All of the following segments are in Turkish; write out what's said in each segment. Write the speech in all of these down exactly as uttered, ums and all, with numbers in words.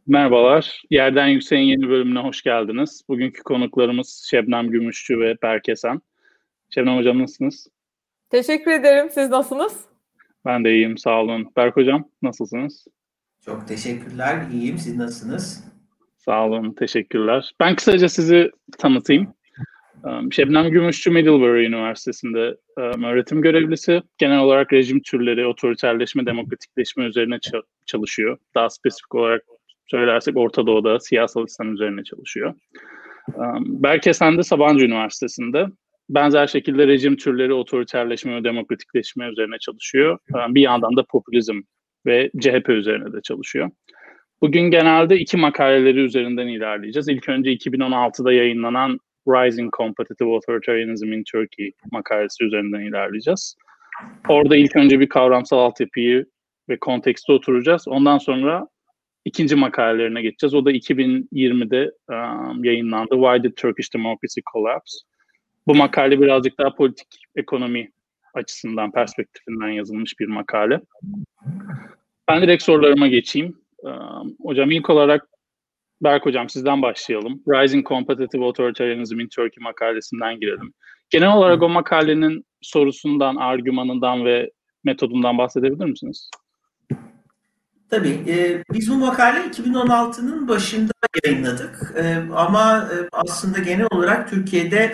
Merhabalar, Yerden Yüksek'in yeni bölümüne hoş geldiniz. Bugünkü konuklarımız Şebnem Gümüşçü ve Berk Esen. Şebnem Hocam nasılsınız? Teşekkür ederim. Siz nasılsınız? Ben de iyiyim, sağ olun. Berk Hocam nasılsınız? Çok teşekkürler, iyiyim. Siz nasılsınız? Sağ olun, teşekkürler. Ben kısaca sizi tanıtayım. Şebnem Gümüşçü Middlebury Üniversitesi'nde öğretim görevlisi. Genel olarak rejim türleri, otoriterleşme, demokratikleşme üzerine çalışıyor. Daha spesifik olarak söylersek Orta Doğu'da siyasal İslam üzerine çalışıyor. Berk Esen de Sabancı Üniversitesi'nde benzer şekilde rejim türleri, otoriterleşme ve demokratikleşme üzerine çalışıyor. Bir yandan da popülizm ve C H P üzerine de çalışıyor. Bugün genelde iki makaleleri üzerinden ilerleyeceğiz. İlk önce iki bin on altıda yayınlanan Rising Competitive Authoritarianism in Turkey makalesi üzerinden ilerleyeceğiz. Orada ilk önce bir kavramsal altyapıyı ve kontekste oturacağız. Ondan sonra ikinci makalelerine geçeceğiz. O da iki bin yirmide um, yayınlandı. Why did Turkish Democracy Collapse? Bu makale birazcık daha politik ekonomi açısından, perspektifinden yazılmış bir makale. Ben direkt sorularıma geçeyim. Um, hocam ilk olarak Berk Hocam sizden başlayalım. Rising Competitive Authoritarianism in Turkey makalesinden girelim. Genel olarak o makalenin sorusundan, argümanından ve metodundan bahsedebilir misiniz? Tabii. E, biz bu makale iki bin on altının başında yayınladık. E, ama e, aslında genel olarak Türkiye'de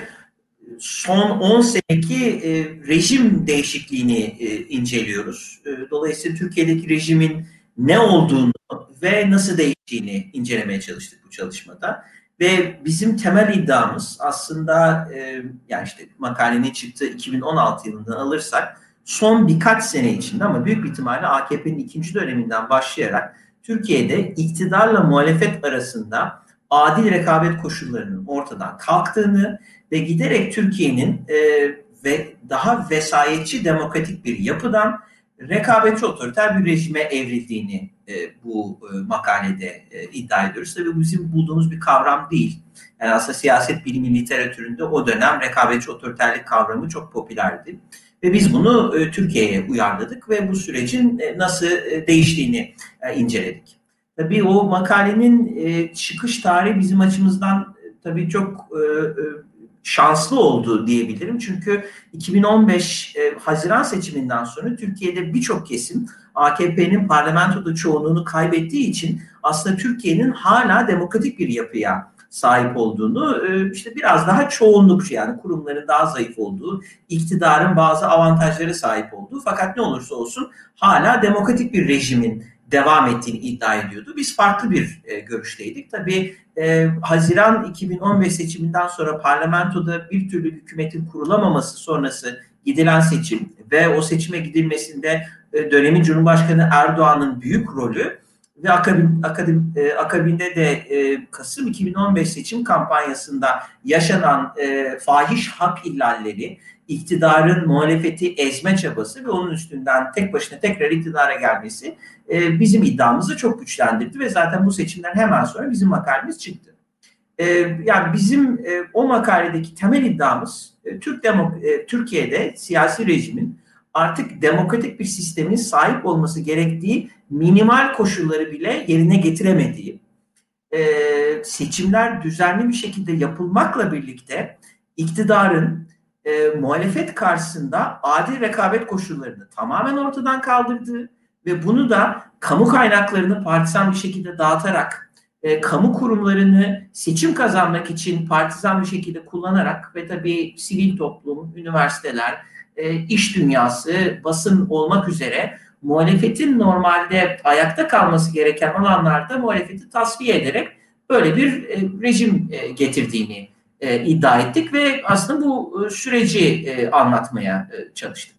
son on seneki e, rejim değişikliğini e, inceliyoruz. E, dolayısıyla Türkiye'deki rejimin ne olduğunu ve nasıl değiştiğini incelemeye çalıştık bu çalışmada. Ve bizim temel iddiamız aslında e, yani işte makalenin çıktığı iki bin on altı yılından alırsak son birkaç sene içinde ama büyük bir ihtimalle A K P'nin ikinci döneminden başlayarak Türkiye'de iktidarla muhalefet arasında adil rekabet koşullarının ortadan kalktığını ve giderek Türkiye'nin e, ve daha vesayetçi demokratik bir yapıdan rekabetçi otoriter bir rejime evrildiğini e, bu e, makalede e, iddia ediyoruz. Tabii bu bizim bulduğumuz bir kavram değil. Yani aslında siyaset bilimi literatüründe o dönem rekabetçi otoriterlik kavramı çok popülerdi. Ve biz bunu e, Türkiye'ye uyarladık ve bu sürecin e, nasıl e, değiştiğini e, inceledik. Tabii o makalenin e, çıkış tarihi bizim açımızdan e, tabii çok e, e, şanslı oldu diyebilirim. Çünkü iki bin on beş e, Haziran seçiminden sonra Türkiye'de birçok kesim A K P'nin parlamentoda çoğunluğunu kaybettiği için aslında Türkiye'nin hala demokratik bir yapıya sahip olduğunu, işte biraz daha çoğunlukçu yani kurumların daha zayıf olduğu, iktidarın bazı avantajları sahip olduğu fakat ne olursa olsun hala demokratik bir rejimin devam ettiğini iddia ediyordu. Biz farklı bir e, görüşteydik. Tabii e, Haziran iki bin on beş seçiminden sonra parlamentoda bir türlü hükümetin kurulamaması sonrası gidilen seçim ve o seçime gidilmesinde e, dönemin Cumhurbaşkanı Erdoğan'ın büyük rolü ve akabin, akabin, e, akabinde de e, Kasım iki bin on beş seçim kampanyasında yaşanan e, fahiş hak ihlalleri, iktidarın muhalefeti ezme çabası ve onun üstünden tek başına tekrar iktidara gelmesi e, bizim iddiamızı çok güçlendirdi ve zaten bu seçimden hemen sonra bizim makalemiz çıktı. E, yani bizim e, o makaledeki temel iddiamız e, Türk Demok e, Türkiye'de siyasi rejimin artık demokratik bir sistemin sahip olması gerektiği minimal koşulları bile yerine getiremediği, e, seçimler düzenli bir şekilde yapılmakla birlikte iktidarın e, muhalefet karşısında adil rekabet koşullarını tamamen ortadan kaldırdığı ve bunu da kamu kaynaklarını partizan bir şekilde dağıtarak, e, kamu kurumlarını seçim kazanmak için partizan bir şekilde kullanarak ve tabii sivil toplum, üniversiteler, e, iş dünyası, basın olmak üzere muhalefetin normalde ayakta kalması gereken alanlarda muhalefeti tasfiye ederek böyle bir e, rejim e, getirdiğini e, iddia ettik ve aslında bu e, süreci e, anlatmaya e, çalıştık.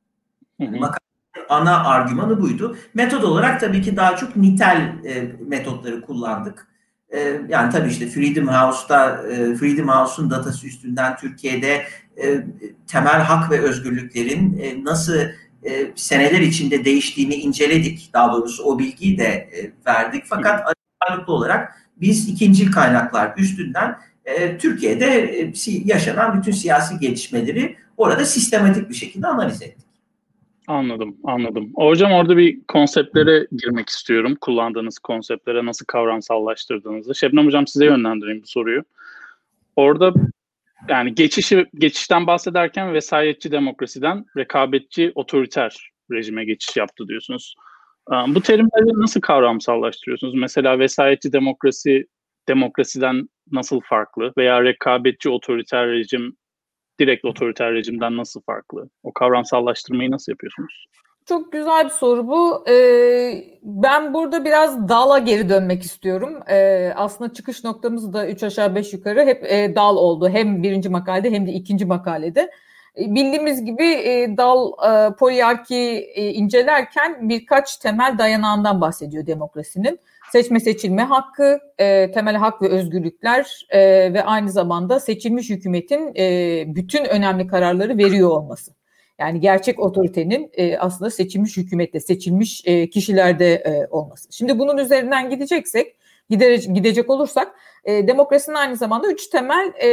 Hı hı. Ana argümanı buydu. Metod olarak tabii ki daha çok nitel e, metotları kullandık. E, yani tabii işte Freedom House'da e, Freedom House'un datası üstünden Türkiye'de e, temel hak ve özgürlüklerin e, nasıl e, seneler içinde değiştiğini inceledik. Daha doğrusu o bilgiyi de e, verdik. Fakat ağırlıklı olarak biz ikincil kaynaklar üstünden e, Türkiye'de e, yaşanan bütün siyasi gelişmeleri orada sistematik bir şekilde analiz ettik. Anladım, anladım. Hocam orada bir konseptlere girmek istiyorum. Kullandığınız konseptlere nasıl kavramsallaştırdığınızı. Şebnem Hocam size yönlendireyim bu soruyu. Orada yani geçişi geçişten bahsederken vesayetçi demokrasiden rekabetçi otoriter rejime geçiş yaptı diyorsunuz. Bu terimleri nasıl kavramsallaştırıyorsunuz? Mesela vesayetçi demokrasi demokrasiden nasıl farklı veya rekabetçi otoriter rejim direkt otoriter rejimden nasıl farklı? O kavramsallaştırmayı nasıl yapıyorsunuz? Çok güzel bir soru bu. Ee, ben burada biraz dala geri dönmek istiyorum. Ee, aslında çıkış noktamız da üç aşağı beş yukarı hep e, dal oldu. Hem birinci makalede hem de ikinci makalede. E, bildiğimiz gibi e, dal e, poliarki e, incelerken birkaç temel dayanağından bahsediyor demokrasinin. Seçme seçilme hakkı, e, temel hak ve özgürlükler e, ve aynı zamanda seçilmiş hükümetin e, bütün önemli kararları veriyor olması. Yani gerçek otoritenin e, aslında seçilmiş hükümette, seçilmiş e, kişilerde e, olması. Şimdi bunun üzerinden gideceksek, gide, gidecek olursak e, demokrasinin aynı zamanda üç temel e,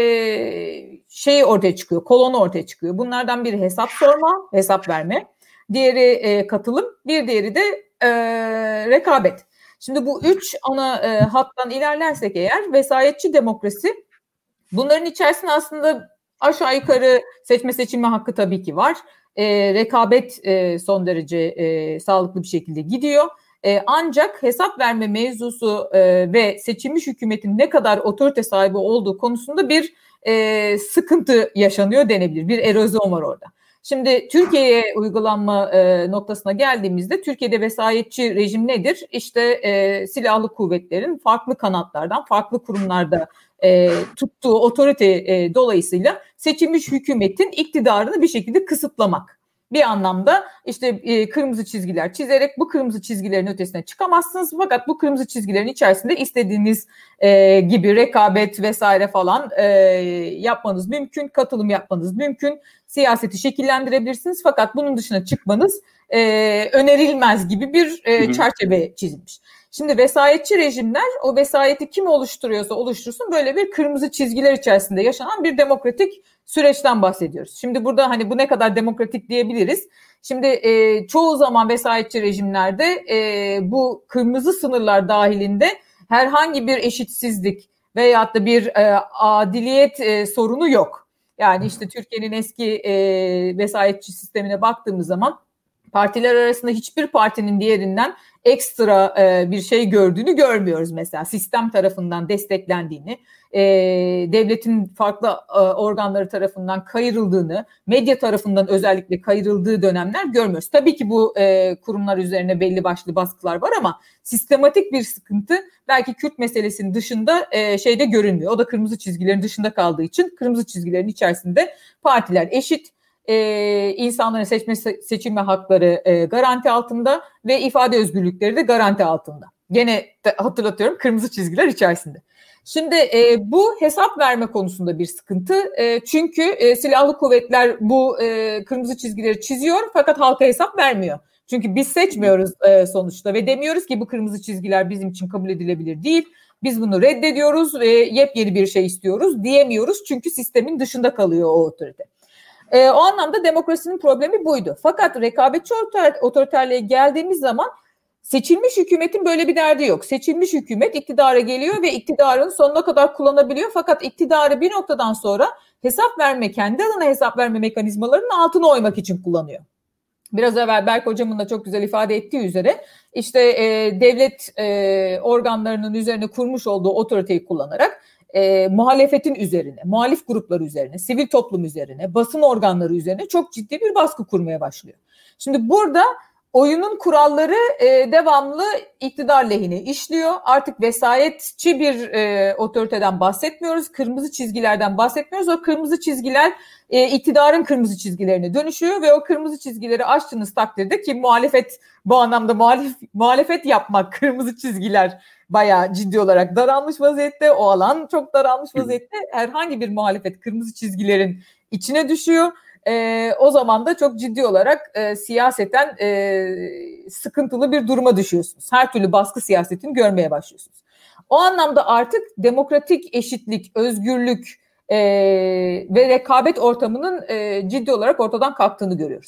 şeyi ortaya çıkıyor, kolonu ortaya çıkıyor. Bunlardan biri hesap sorma, hesap verme. Diğeri e, katılım, bir diğeri de e, rekabet. Şimdi bu üç ana e, hattan ilerlersek eğer vesayetçi demokrasi, bunların içerisinde aslında aşağı yukarı seçme seçilme hakkı tabii ki var. E, rekabet e, son derece e, sağlıklı bir şekilde gidiyor. E, ancak hesap verme mevzusu e, ve seçilmiş hükümetin ne kadar otorite sahibi olduğu konusunda bir e, sıkıntı yaşanıyor denebilir. Bir erozyon var orada. Şimdi Türkiye'ye uygulanma e, noktasına geldiğimizde Türkiye'de vesayetçi rejim nedir? İşte e, silahlı kuvvetlerin farklı kanatlardan, farklı kurumlarda e, tuttuğu otorite e, dolayısıyla seçilmiş hükümetin iktidarını bir şekilde kısıtlamak. Bir anlamda işte e, kırmızı çizgiler çizerek bu kırmızı çizgilerin ötesine çıkamazsınız. Fakat bu kırmızı çizgilerin içerisinde istediğiniz e, gibi rekabet vesaire falan e, yapmanız mümkün, katılım yapmanız mümkün, siyaseti şekillendirebilirsiniz. Fakat bunun dışına çıkmanız e, önerilmez gibi bir e, çerçeve çizilmiş. Şimdi vesayetçi rejimler o vesayeti kim oluşturuyorsa oluştursun böyle bir kırmızı çizgiler içerisinde yaşanan bir demokratik süreçten bahsediyoruz. Şimdi burada hani bu ne kadar demokratik diyebiliriz. Şimdi e, çoğu zaman vesayetçi rejimlerde e, bu kırmızı sınırlar dahilinde herhangi bir eşitsizlik veyahut da bir e, adiliyet e, sorunu yok. Yani işte Türkiye'nin eski e, vesayetçi sistemine baktığımız zaman partiler arasında hiçbir partinin diğerinden ekstra e, bir şey gördüğünü görmüyoruz mesela. Sistem tarafından desteklendiğini, e, devletin farklı e, organları tarafından kayırıldığını, medya tarafından özellikle kayırıldığı dönemler görmüyoruz. Tabii ki bu e, kurumlar üzerine belli başlı baskılar var ama sistematik bir sıkıntı belki Kürt meselesinin dışında e, şeyde görünmüyor. O da kırmızı çizgilerin dışında kaldığı için kırmızı çizgilerin içerisinde partiler eşit. Ee, insanların seçme seçilme hakları e, garanti altında ve ifade özgürlükleri de garanti altında. Gene hatırlatıyorum kırmızı çizgiler içerisinde. Şimdi e, bu hesap verme konusunda bir sıkıntı. E, çünkü e, silahlı kuvvetler bu e, kırmızı çizgileri çiziyor fakat halka hesap vermiyor. Çünkü biz seçmiyoruz e, sonuçta ve demiyoruz ki bu kırmızı çizgiler bizim için kabul edilebilir değil. Biz bunu reddediyoruz ve yepyeni bir şey istiyoruz diyemiyoruz çünkü sistemin dışında kalıyor o otorite. E, o anlamda demokrasinin problemi buydu. Fakat rekabetçi otoriterliğe geldiğimiz zaman seçilmiş hükümetin böyle bir derdi yok. Seçilmiş hükümet iktidara geliyor ve iktidarını sonuna kadar kullanabiliyor. Fakat iktidarı bir noktadan sonra hesap verme, kendi adına hesap verme mekanizmalarının altına oymak için kullanıyor. Biraz evvel Berk Hocam'ın da çok güzel ifade ettiği üzere işte e, devlet e, organlarının üzerine kurmuş olduğu otoriteyi kullanarak E, muhalefetin üzerine, muhalif gruplar üzerine, sivil toplum üzerine, basın organları üzerine çok ciddi bir baskı kurmaya başlıyor. Şimdi burada oyunun kuralları e, devamlı iktidar lehine işliyor. Artık vesayetçi bir e, otoriteden bahsetmiyoruz, kırmızı çizgilerden bahsetmiyoruz. O kırmızı çizgiler e, iktidarın kırmızı çizgilerine dönüşüyor ve o kırmızı çizgileri aştığınız takdirde ki muhalefet bu anlamda muhalif, muhalefet yapmak kırmızı çizgiler bayağı ciddi olarak daralmış vaziyette. O alan çok daralmış vaziyette. Herhangi bir muhalefet kırmızı çizgilerin içine düşüyor. E, o zaman da çok ciddi olarak e, siyaseten e, sıkıntılı bir duruma düşüyorsunuz. Her türlü baskı siyasetini görmeye başlıyorsunuz. O anlamda artık demokratik eşitlik, özgürlük e, ve rekabet ortamının e, ciddi olarak ortadan kalktığını görüyoruz.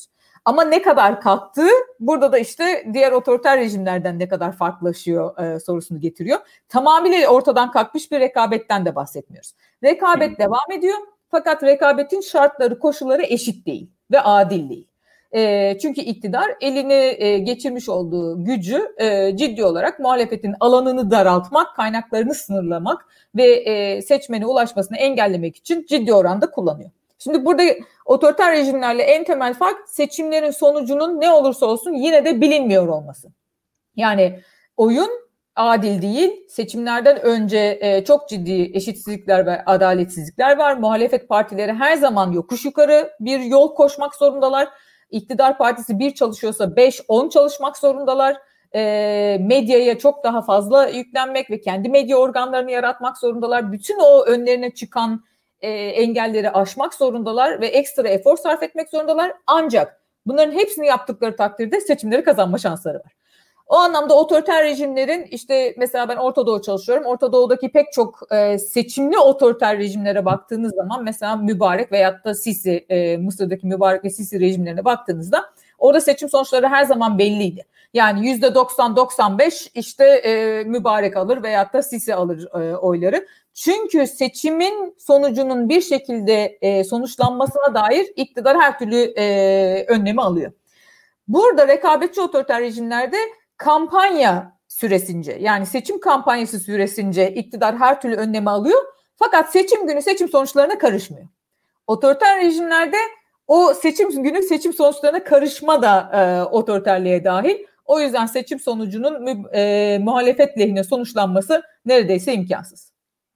Ama ne kadar kalktığı burada da işte diğer otoriter rejimlerden ne kadar farklılaşıyor e, sorusunu getiriyor. Tamamıyla ortadan kalkmış bir rekabetten de bahsetmiyoruz. Rekabet Hı. devam ediyor fakat rekabetin şartları, koşulları eşit değil ve adil değil. E, çünkü iktidar eline e, geçirmiş olduğu gücü e, ciddi olarak muhalefetin alanını daraltmak, kaynaklarını sınırlamak ve e, seçmene ulaşmasını engellemek için ciddi oranda kullanıyor. Şimdi burada otoriter rejimlerle en temel fark seçimlerin sonucunun ne olursa olsun yine de bilinmiyor olması. Yani oyun adil değil, seçimlerden önce e, çok ciddi eşitsizlikler ve adaletsizlikler var. Muhalefet partileri her zaman yokuş yukarı bir yol koşmak zorundalar. İktidar partisi bir çalışıyorsa beş on çalışmak zorundalar. E, medyaya çok daha fazla yüklenmek ve kendi medya organlarını yaratmak zorundalar. Bütün o önlerine çıkan e, engelleri aşmak zorundalar ve ekstra efor sarf etmek zorundalar. Ancak bunların hepsini yaptıkları takdirde seçimleri kazanma şansları var. O anlamda otoriter rejimlerin işte mesela ben Orta Doğu çalışıyorum. Orta Doğu'daki pek çok e, seçimli otoriter rejimlere baktığınız zaman mesela Mübarek veyahut da Sisi, e, Mısır'daki Mübarek ve Sisi rejimlerine baktığınızda orada seçim sonuçları her zaman belliydi. Yani yüzde doksan doksan beş işte e, Mübarek alır veyahut da Sisi alır e, oyları. Çünkü seçimin sonucunun bir şekilde e, sonuçlanmasına dair iktidar her türlü e, önlemi alıyor. Burada rekabetçi otoriter rejimlerde kampanya süresince yani seçim kampanyası süresince iktidar her türlü önlemi alıyor fakat seçim günü seçim sonuçlarına karışmıyor. Otoriter rejimlerde o seçim günü seçim sonuçlarına karışma da e, otoriterliğe dahil. O yüzden seçim sonucunun e, muhalefet lehine sonuçlanması neredeyse imkansız.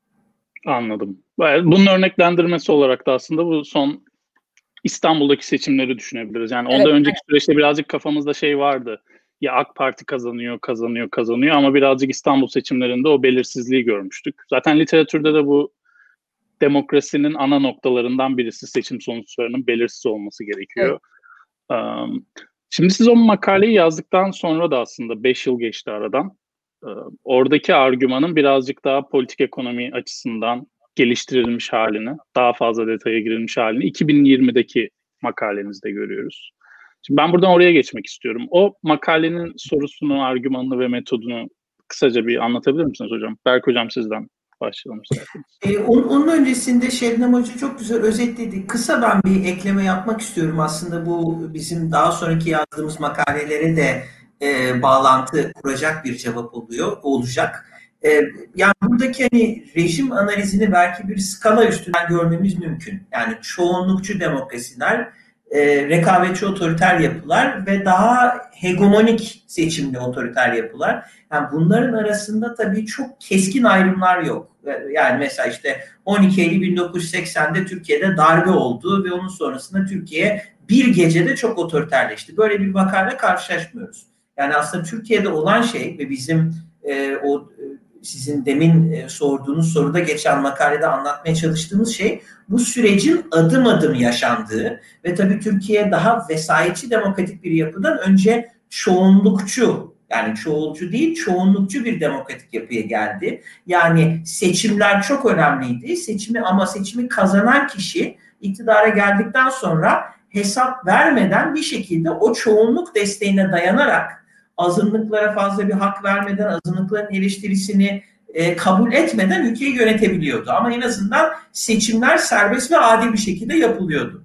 Anladım. Bunun örneklendirmesi olarak da aslında bu son İstanbul'daki seçimleri düşünebiliriz. Yani ondan evet, önceki evet. süreçte birazcık kafamızda şey vardı. Ya AK Parti kazanıyor, kazanıyor, kazanıyor ama birazcık İstanbul seçimlerinde o belirsizliği görmüştük. Zaten literatürde de bu demokrasinin ana noktalarından birisi seçim sonuçlarının belirsiz olması gerekiyor. Evet. Um, şimdi siz o makaleyi yazdıktan sonra da aslında beş yıl geçti aradan. Uh, oradaki argümanın birazcık daha politik ekonomi açısından geliştirilmiş halini, daha fazla detaya girilmiş halini iki bin yirmideki makalenizde görüyoruz. Şimdi ben buradan oraya geçmek istiyorum. O makalenin sorusunu, argümanını ve metodunu kısaca bir anlatabilir misiniz hocam? Berk hocam sizden başlayalım isterseniz. Ee, onun, onun öncesinde Şebnem Hoca çok güzel özetledi. Kısa ben bir ekleme yapmak istiyorum. Aslında bu bizim daha sonraki yazdığımız makalelere de e, bağlantı kuracak bir cevap oluyor, olacak. E, yani buradaki hani rejim analizini belki bir skala üstünden görmemiz mümkün. Yani çoğunlukçu demokrasiler, e, rekabetçi otoriter yapılar ve daha hegemonik seçimli otoriter yapılar. Yani bunların arasında tabii çok keskin ayrımlar yok. Yani mesela işte on iki Eylül bin dokuz yüz seksende Türkiye'de darbe oldu ve onun sonrasında Türkiye bir gecede çok otoriterleşti. Böyle bir vakayla karşılaşmıyoruz. Yani aslında Türkiye'de olan şey ve bizim e, o sizin demin e, sorduğunuz soruda geçen makalede anlatmaya çalıştığımız şey bu sürecin adım adım yaşandığı ve tabii Türkiye daha vesayetçi demokratik bir yapıdan önce çoğunlukçu yani çoğulcu değil çoğunlukçu bir demokratik yapıya geldi. Yani seçimler çok önemliydi. Seçimi ama seçimi kazanan kişi iktidara geldikten sonra hesap vermeden bir şekilde o çoğunluk desteğine dayanarak azınlıklara fazla bir hak vermeden, azınlıkların eleştirisini e, kabul etmeden ülkeyi yönetebiliyordu. Ama en azından seçimler serbest ve adil bir şekilde yapılıyordu.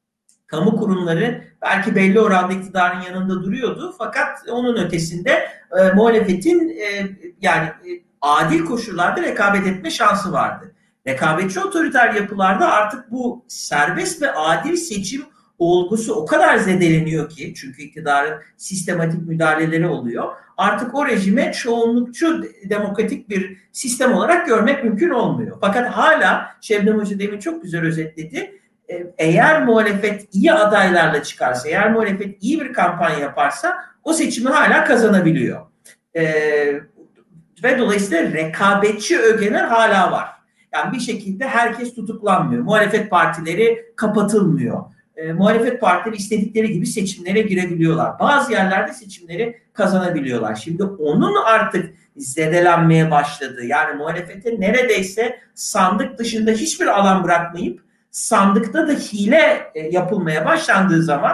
Kamu kurumları belki belli oranda iktidarın yanında duruyordu. Fakat onun ötesinde e, muhalefetin e, yani e, adil koşullarda rekabet etme şansı vardı. Rekabetçi otoriter yapılarda artık bu serbest ve adil seçim olgusu o kadar zedeleniyor ki çünkü iktidarın sistematik müdahaleleri oluyor. Artık o rejime çoğunlukçu demokratik bir sistem olarak görmek mümkün olmuyor. Fakat hala Şebnem Hoca demin çok güzel özetledi. Eğer muhalefet iyi adaylarla çıkarsa, eğer muhalefet iyi bir kampanya yaparsa o seçimi hala kazanabiliyor. Ee, ve dolayısıyla rekabetçi ögeler hala var. Yani bir şekilde herkes tutuklanmıyor. Muhalefet partileri kapatılmıyor. E, muhalefet partileri istedikleri gibi seçimlere girebiliyorlar. Bazı yerlerde seçimleri kazanabiliyorlar. Şimdi onun artık zedelenmeye başladı. Yani muhalefete neredeyse sandık dışında hiçbir alan bırakmayıp sandıkta da hile e, yapılmaya başlandığı zaman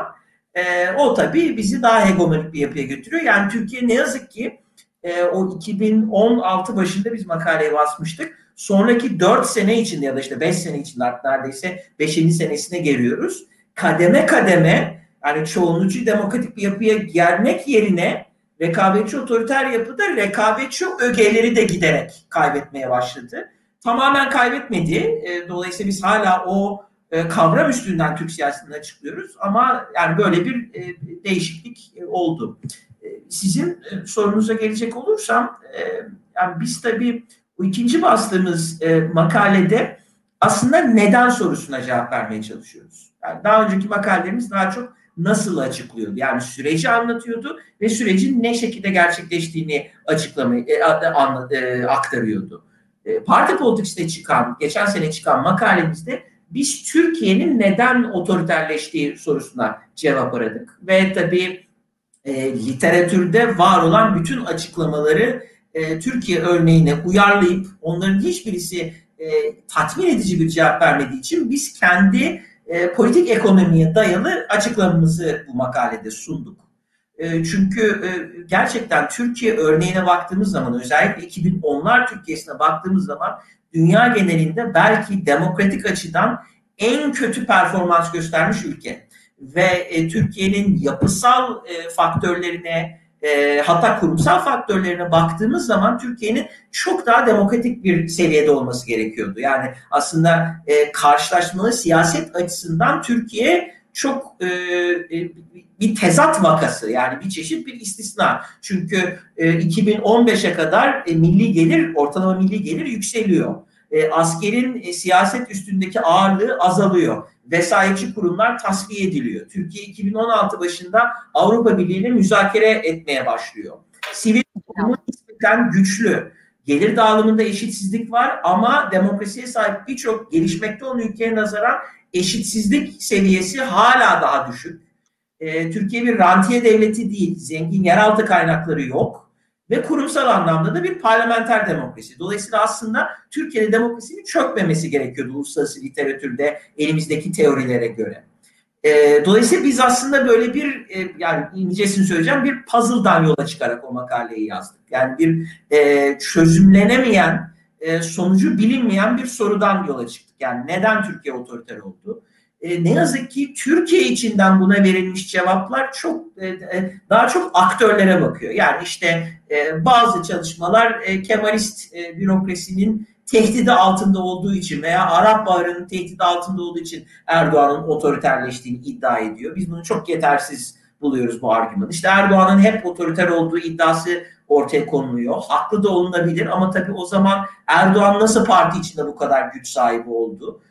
E, o tabii bizi daha hegemonik bir yapıya götürüyor. Yani Türkiye ne yazık ki e, o iki bin on altı başında biz makaleye basmıştık. Sonraki dört sene içinde ya da işte beş sene içinde artık neredeyse beşinci senesine geliyoruz. Kademe kademe yani çoğunluğu demokratik bir yapıya gelmek yerine rekabetçi otoriter yapıda rekabetçi ögeleri de giderek kaybetmeye başladı. Tamamen kaybetmedi. E, dolayısıyla biz hala o e, kavram üstünden Türk siyasetini açıklıyoruz ama yani böyle bir e, değişiklik e, oldu. E, sizin e, sorunuza gelecek olursam e, yani biz tabii bu ikinci bastığımız e, makalede aslında neden sorusuna cevap vermeye çalışıyoruz. Yani daha önceki makalelerimiz daha çok nasıl açıklıyordu. Yani süreci anlatıyordu ve sürecin ne şekilde gerçekleştiğini açıklamayı e, anla, e, aktarıyordu. E, Parti Politics'te çıkan, geçen sene çıkan makalemizde biz Türkiye'nin neden otoriterleştiği sorusuna cevap aradık. Ve tabii e, literatürde var olan bütün açıklamaları e, Türkiye örneğine uyarlayıp onların hiçbirisi e, tatmin edici bir cevap vermediği için biz kendi e, politik ekonomiye dayalı açıklamamızı bu makalede sunduk. E, çünkü e, gerçekten Türkiye örneğine baktığımız zaman özellikle iki bin onlar Türkiye'sine baktığımız zaman dünya genelinde belki demokratik açıdan en kötü performans göstermiş ülke. Ve e, Türkiye'nin yapısal e, faktörlerine e, hatta kurumsal faktörlerine baktığımız zaman Türkiye'nin çok daha demokratik bir seviyede olması gerekiyordu. Yani aslında e, karşılaşmalı siyaset açısından Türkiye çok e, e, bir tezat vakası, yani bir çeşit bir istisna. Çünkü e, iki bin on beşe kadar e, milli gelir, ortalama milli gelir yükseliyor. E, askerin e, siyaset üstündeki ağırlığı azalıyor. Vesayetçi kurumlar tasfiye ediliyor. Türkiye iki bin on altı başında Avrupa Birliği ile müzakere etmeye başlıyor. Sivil toplum nispeten güçlü. Gelir dağılımında eşitsizlik var ama demokrasiye sahip birçok gelişmekte olan ülkeye nazaran eşitsizlik seviyesi hala daha düşük. Ee, Türkiye bir rantiye devleti değil, zengin yeraltı kaynakları yok ve kurumsal anlamda da bir parlamenter demokrasi. Dolayısıyla aslında Türkiye'de demokrasinin çökmemesi gerekiyordu uluslararası literatürde elimizdeki teorilere göre. Ee, dolayısıyla biz aslında böyle bir, e, yani incesini söyleyeceğim, bir puzzle'dan yola çıkarak o makaleyi yazdık. Yani bir e, çözümlenemeyen, e, sonucu bilinmeyen bir sorudan yola çıktık. Yani neden Türkiye otoriter oldu? E, ne yazık ki Türkiye içinden buna verilmiş cevaplar çok e, daha çok aktörlere bakıyor. Yani işte e, bazı çalışmalar e, Kemalist e, bürokrasinin tehdidi altında olduğu için veya Arap Baharı'nın tehdidi altında olduğu için Erdoğan'ın otoriterleştiğini iddia ediyor. Biz bunu çok yetersiz buluyoruz bu argümanı. İşte Erdoğan'ın hep otoriter olduğu iddiası ortaya konuluyor. Haklı da olunabilir ama tabii o zaman Erdoğan nasıl parti içinde bu kadar güç sahibi oldu?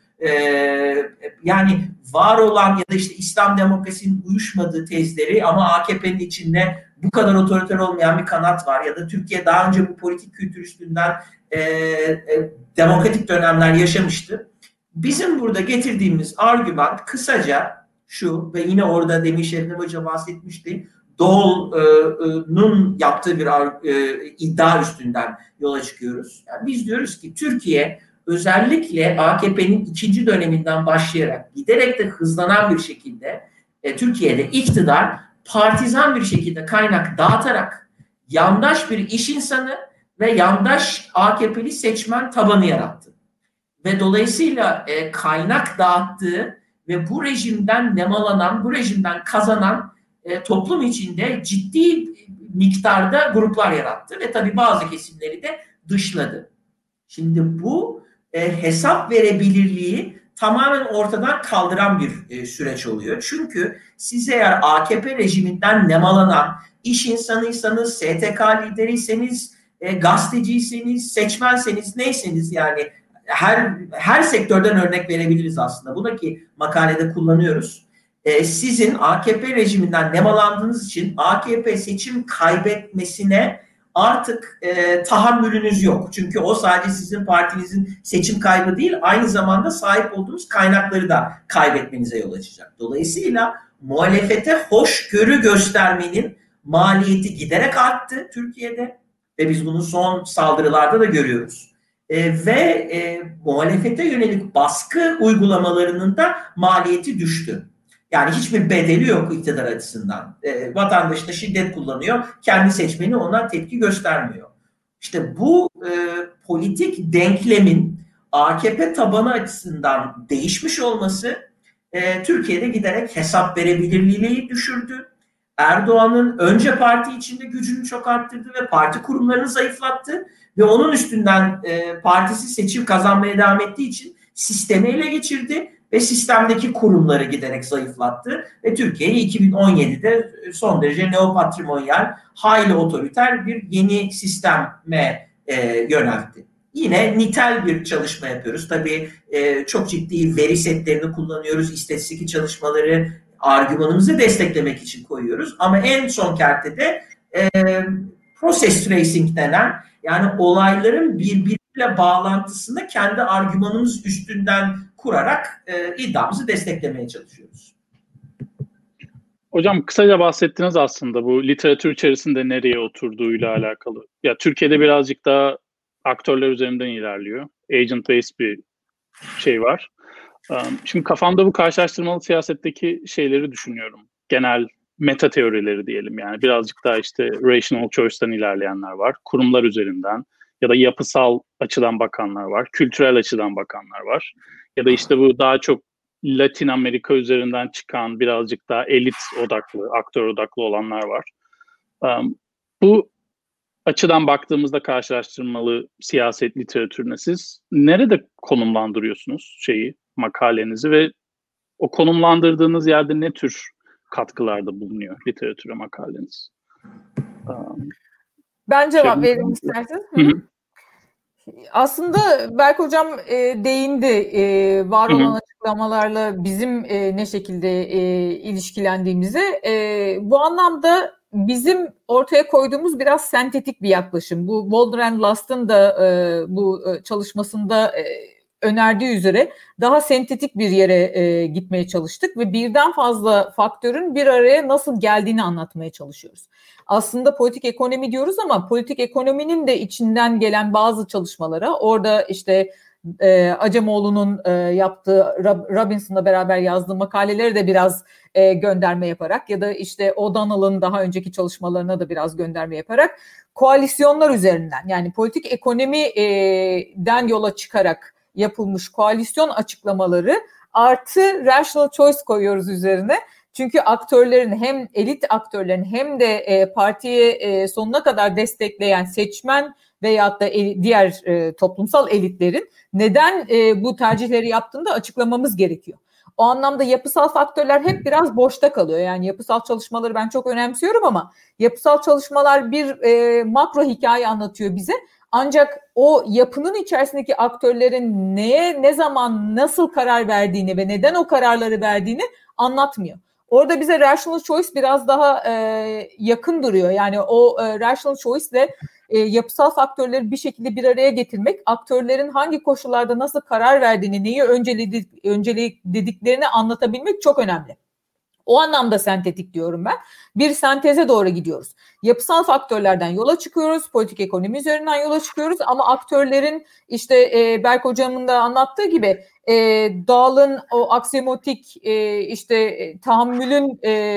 Ee, yani var olan ya da işte İslam demokrasinin uyuşmadığı tezleri ama A K P'nin içinde bu kadar otoriter olmayan bir kanat var ya da Türkiye daha önce bu politik kültür üstünden e, e, demokratik dönemler yaşamıştı. Bizim burada getirdiğimiz argüman kısaca şu ve yine orada demin Şebnem Hoca bahsetmişti. Doğul'un yaptığı bir e, iddia üstünden yola çıkıyoruz. Yani biz diyoruz ki Türkiye özellikle A K P'nin ikinci döneminden başlayarak giderek de hızlanan bir şekilde e, Türkiye'de iktidar partizan bir şekilde kaynak dağıtarak yandaş bir iş insanı ve yandaş A K P'li seçmen tabanı yarattı. Ve dolayısıyla e, kaynak dağıttığı ve bu rejimden nemalanan, bu rejimden kazanan e, toplum içinde ciddi miktarda gruplar yarattı ve tabii bazı kesimleri de dışladı. Şimdi bu e, hesap verebilirliği tamamen ortadan kaldıran bir e, süreç oluyor. Çünkü siz eğer A K P rejiminden nemalanan iş insanıysanız, S T K lideriyseniz, e, gazeteciyseniz, seçmenseniz, neyseniz yani her her sektörden örnek verebiliriz aslında. Bunu ki makalede kullanıyoruz. E, sizin A K P rejiminden nemalandığınız için A K P seçim kaybetmesine artık e, tahammülünüz yok. Çünkü o sadece sizin partinizin seçim kaybı değil, aynı zamanda sahip olduğunuz kaynakları da kaybetmenize yol açacak. Dolayısıyla muhalefete hoşgörü göstermenin maliyeti giderek arttı Türkiye'de ve biz bunu son saldırılarda da görüyoruz. E, ve e, muhalefete yönelik baskı uygulamalarının da maliyeti düştü. Yani hiçbir bedeli yok iktidar açısından. E, vatandaş da şiddet kullanıyor. Kendi seçmeni ona tepki göstermiyor. İşte bu e, politik denklemin A K P tabanı açısından değişmiş olması e, Türkiye'de giderek hesap verebilirliği düşürdü. Erdoğan'ın önce parti içinde gücünü çok arttırdı ve parti kurumlarını zayıflattı ve onun üstünden e, partisi seçim kazanmaya devam ettiği için sistemi ele geçirdi ve sistemdeki kurumları giderek zayıflattı ve Türkiye'yi iki bin on yedide son derece neopatrimonyal, hayli otoriter bir yeni sisteme e, yöneltti. Yine nitel bir çalışma yapıyoruz. Tabii e, çok ciddi veri setlerini kullanıyoruz, istatistik çalışmaları argümanımızı desteklemek için koyuyoruz. Ama en son kertede e, process tracing denen, yani olayların birbiriyle bağlantısını kendi argümanımız üstünden kurarak e, iddiamızı desteklemeye çalışıyoruz. Hocam kısaca bahsettiniz aslında bu literatür içerisinde nereye oturduğuyla alakalı. Ya Türkiye'de birazcık daha aktörler üzerinden ilerliyor. Agent based bir şey var. Şimdi kafamda bu karşılaştırmalı siyasetteki şeyleri düşünüyorum. Genel meta teorileri diyelim yani. Birazcık daha işte rational choice'tan ilerleyenler var. Kurumlar üzerinden ya da yapısal açıdan bakanlar var. Kültürel açıdan bakanlar var. Ya da işte bu daha çok Latin Amerika üzerinden çıkan birazcık daha elit odaklı, aktör odaklı olanlar var. Bu açıdan baktığımızda karşılaştırmalı siyaset literatürüne siz nerede konumlandırıyorsunuz şeyi, makalenizi ve o konumlandırdığınız yerde ne tür katkılarda bulunuyor literatüre makaleniz? Ben cevap şey, vereyim isterseniz. Hı hı. Aslında Berk Hocam e, değindi. E, var olan hı hı. açıklamalarla bizim e, ne şekilde e, ilişkilendiğimize. E, bu anlamda bizim ortaya koyduğumuz biraz sentetik bir yaklaşım. Bu Walder and Lust'ın da e, bu çalışmasında e, önerdiği üzere daha sentetik bir yere e, gitmeye çalıştık ve birden fazla faktörün bir araya nasıl geldiğini anlatmaya çalışıyoruz. Aslında politik ekonomi diyoruz ama politik ekonominin de içinden gelen bazı çalışmalara, orada işte e, Acemoğlu'nun e, yaptığı, Robinson'la beraber yazdığı makaleleri de biraz e, gönderme yaparak ya da işte O'Donnell'ın daha önceki çalışmalarına da biraz gönderme yaparak koalisyonlar üzerinden, yani politik ekonomiden yola çıkarak yapılmış koalisyon açıklamaları artı rational choice koyuyoruz üzerine. Çünkü aktörlerin, hem elit aktörlerin hem de e, partiye e, sonuna kadar destekleyen seçmen veyahut da el, diğer e, toplumsal elitlerin neden e, bu tercihleri yaptığını da açıklamamız gerekiyor. O anlamda yapısal faktörler hep biraz boşta kalıyor. Yani yapısal çalışmaları ben çok önemsiyorum ama yapısal çalışmalar bir e, makro hikaye anlatıyor bize. Ancak o yapının içerisindeki aktörlerin neye, ne zaman, nasıl karar verdiğini ve neden o kararları verdiğini anlatmıyor. Orada bize rational choice biraz daha e, yakın duruyor. Yani o e, rational choice ile e, yapısal faktörleri bir şekilde bir araya getirmek, aktörlerin hangi koşullarda nasıl karar verdiğini, neyi önceledik, öncelediklerini anlatabilmek çok önemli. O anlamda sentetik diyorum ben. Bir senteze doğru gidiyoruz. Yapısal faktörlerden yola çıkıyoruz, politik ekonomi üzerinden yola çıkıyoruz ama aktörlerin işte e, Berk Hocam'ın da anlattığı gibi e, Dahl'ın o aksiyomatik e, işte e, tahammülün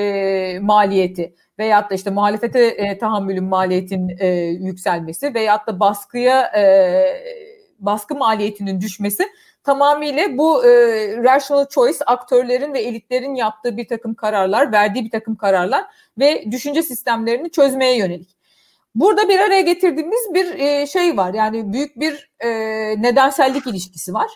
e, maliyeti veyahut da işte muhalefete e, tahammülün maliyetin e, yükselmesi veyahut da baskıya e, baskı maliyetinin düşmesi tamamıyla bu e, rational choice, aktörlerin ve elitlerin yaptığı bir takım kararlar, verdiği bir takım kararlar ve düşünce sistemlerini çözmeye yönelik. Burada bir araya getirdiğimiz bir e, şey var. Yani büyük bir e, nedensellik ilişkisi var.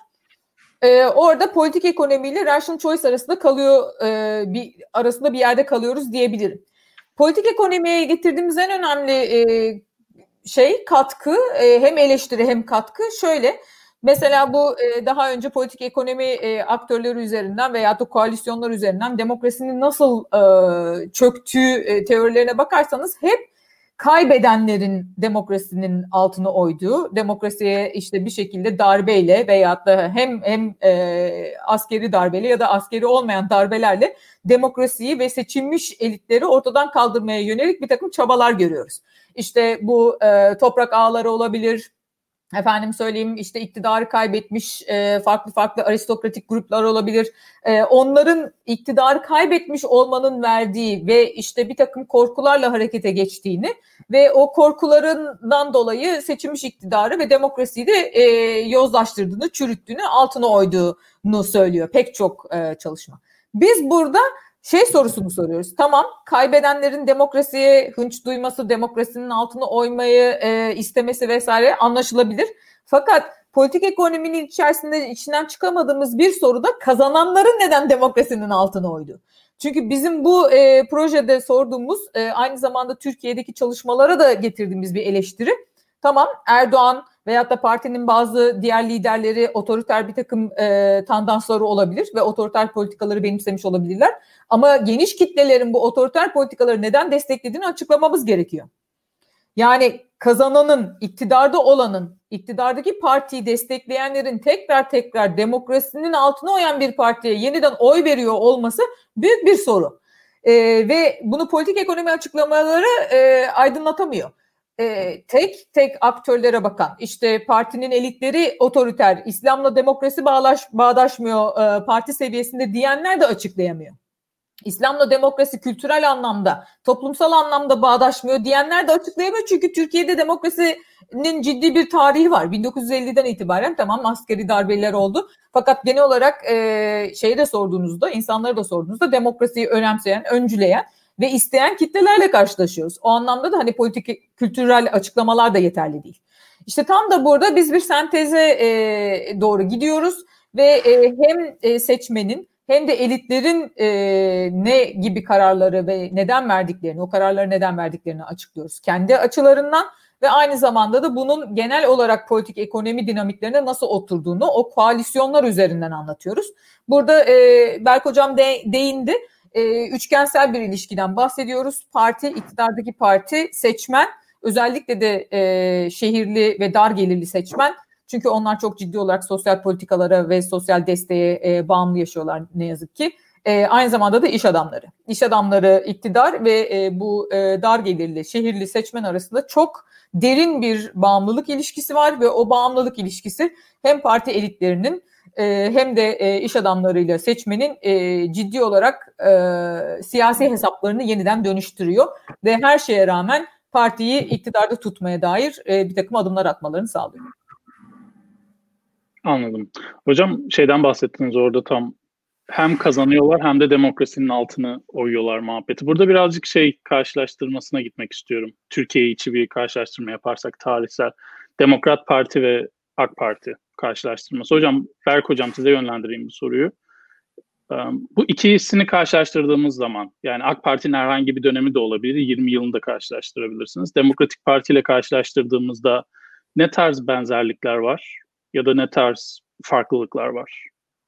E, orada politik ekonomiyle rational choice arasında kalıyor, e, bir arasında bir yerde kalıyoruz diyebilirim. Politik ekonomiye getirdiğimiz en önemli e, şey, katkı, e, hem eleştiri hem katkı şöyle. Mesela bu e, daha önce politik ekonomi e, aktörleri üzerinden veya da koalisyonlar üzerinden demokrasinin nasıl e, çöktüğü e, teorilerine bakarsanız hep kaybedenlerin demokrasinin altına oyduğu, demokrasiye işte bir şekilde darbeyle veyahut da hem hem e, askeri darbeyle ya da askeri olmayan darbelerle demokrasiyi ve seçilmiş elitleri ortadan kaldırmaya yönelik bir takım çabalar görüyoruz. İşte bu e, toprak ağları olabilir, Efendim söyleyeyim işte iktidarı kaybetmiş e, farklı farklı aristokratik gruplar olabilir. E, onların iktidarı kaybetmiş olmanın verdiği ve işte bir takım korkularla harekete geçtiğini ve o korkularından dolayı seçilmiş iktidarı ve demokrasiyi de e, yozlaştırdığını, çürüttüğünü, altına oyduğunu söylüyor pek çok e, çalışma. Biz burada şey sorusunu soruyoruz. Tamam, kaybedenlerin demokrasiye hınç duyması, demokrasinin altına oymayı e, istemesi vesaire anlaşılabilir. Fakat politik ekonominin içerisinde içinden çıkamadığımız bir soru da kazananların neden demokrasinin altına oydu? Çünkü bizim bu e, projede sorduğumuz e, aynı zamanda Türkiye'deki çalışmalara da getirdiğimiz bir eleştiri. Tamam, Erdoğan veyahut da partinin bazı diğer liderleri otoriter bir takım e, tandansları olabilir ve otoriter politikaları benimsemiş olabilirler. Ama geniş kitlelerin bu otoriter politikaları neden desteklediğini açıklamamız gerekiyor. Yani kazananın, iktidarda olanın, iktidardaki partiyi destekleyenlerin tekrar tekrar demokrasinin altına oyan bir partiye yeniden oy veriyor olması büyük bir soru. E, ve bunu politik ekonomi açıklamaları e, aydınlatamıyor. E, tek tek aktörlere bakan, işte partinin elitleri otoriter, İslam'la demokrasi bağlaş, bağdaşmıyor e, parti seviyesinde diyenler de açıklayamıyor. İslam'la demokrasi kültürel anlamda, toplumsal anlamda bağdaşmıyor diyenler de açıklayamıyor. Çünkü Türkiye'de demokrasinin ciddi bir tarihi var. bin dokuz yüz elliden itibaren tamam askeri darbeler oldu. Fakat genel olarak e, şeyi de sorduğunuzda, insanları da sorduğunuzda demokrasiyi önemseyen, öncüleyen ve isteyen kitlelerle karşılaşıyoruz. O anlamda da hani politik kültürel açıklamalar da yeterli değil. İşte tam da burada biz bir senteze e, doğru gidiyoruz ve e, hem e, seçmenin hem de elitlerin e, ne gibi kararları ve neden verdiklerini, o kararları neden verdiklerini açıklıyoruz. Kendi açılarından ve aynı zamanda da bunun genel olarak politik ekonomi dinamiklerine nasıl oturduğunu o koalisyonlar üzerinden anlatıyoruz. Burada e, Berk Hocam de, değindi. E, üçgensel bir ilişkiden bahsediyoruz. Parti, iktidardaki parti, seçmen, özellikle de e, şehirli ve dar gelirli seçmen. Çünkü onlar çok ciddi olarak sosyal politikalara ve sosyal desteğe e, bağımlı yaşıyorlar ne yazık ki. E, aynı zamanda da iş adamları. İş adamları, iktidar ve e, bu e, dar gelirli, şehirli seçmen arasında çok derin bir bağımlılık ilişkisi var ve o bağımlılık ilişkisi hem parti elitlerinin e, hem de e, iş adamlarıyla seçmenin e, ciddi olarak e, siyasi hesaplarını yeniden dönüştürüyor ve her şeye rağmen partiyi iktidarda tutmaya dair e, bir takım adımlar atmalarını sağlıyor. Anladım. Hocam şeyden bahsettiniz orada tam hem kazanıyorlar hem de demokrasinin altını oyuyorlar muhabbeti. Burada birazcık şey karşılaştırmasına gitmek istiyorum. Türkiye içi bir karşılaştırma yaparsak tarihsel. Demokrat Parti ve AK Parti karşılaştırması. Hocam, Berk Hocam size yönlendireyim bu soruyu. Bu ikisini karşılaştırdığımız zaman yani AK Parti'nin herhangi bir dönemi de olabilir. yirmi yılında karşılaştırabilirsiniz. Demokratik Parti ile karşılaştırdığımızda ne tarz benzerlikler var ya da ne tarz farklılıklar var?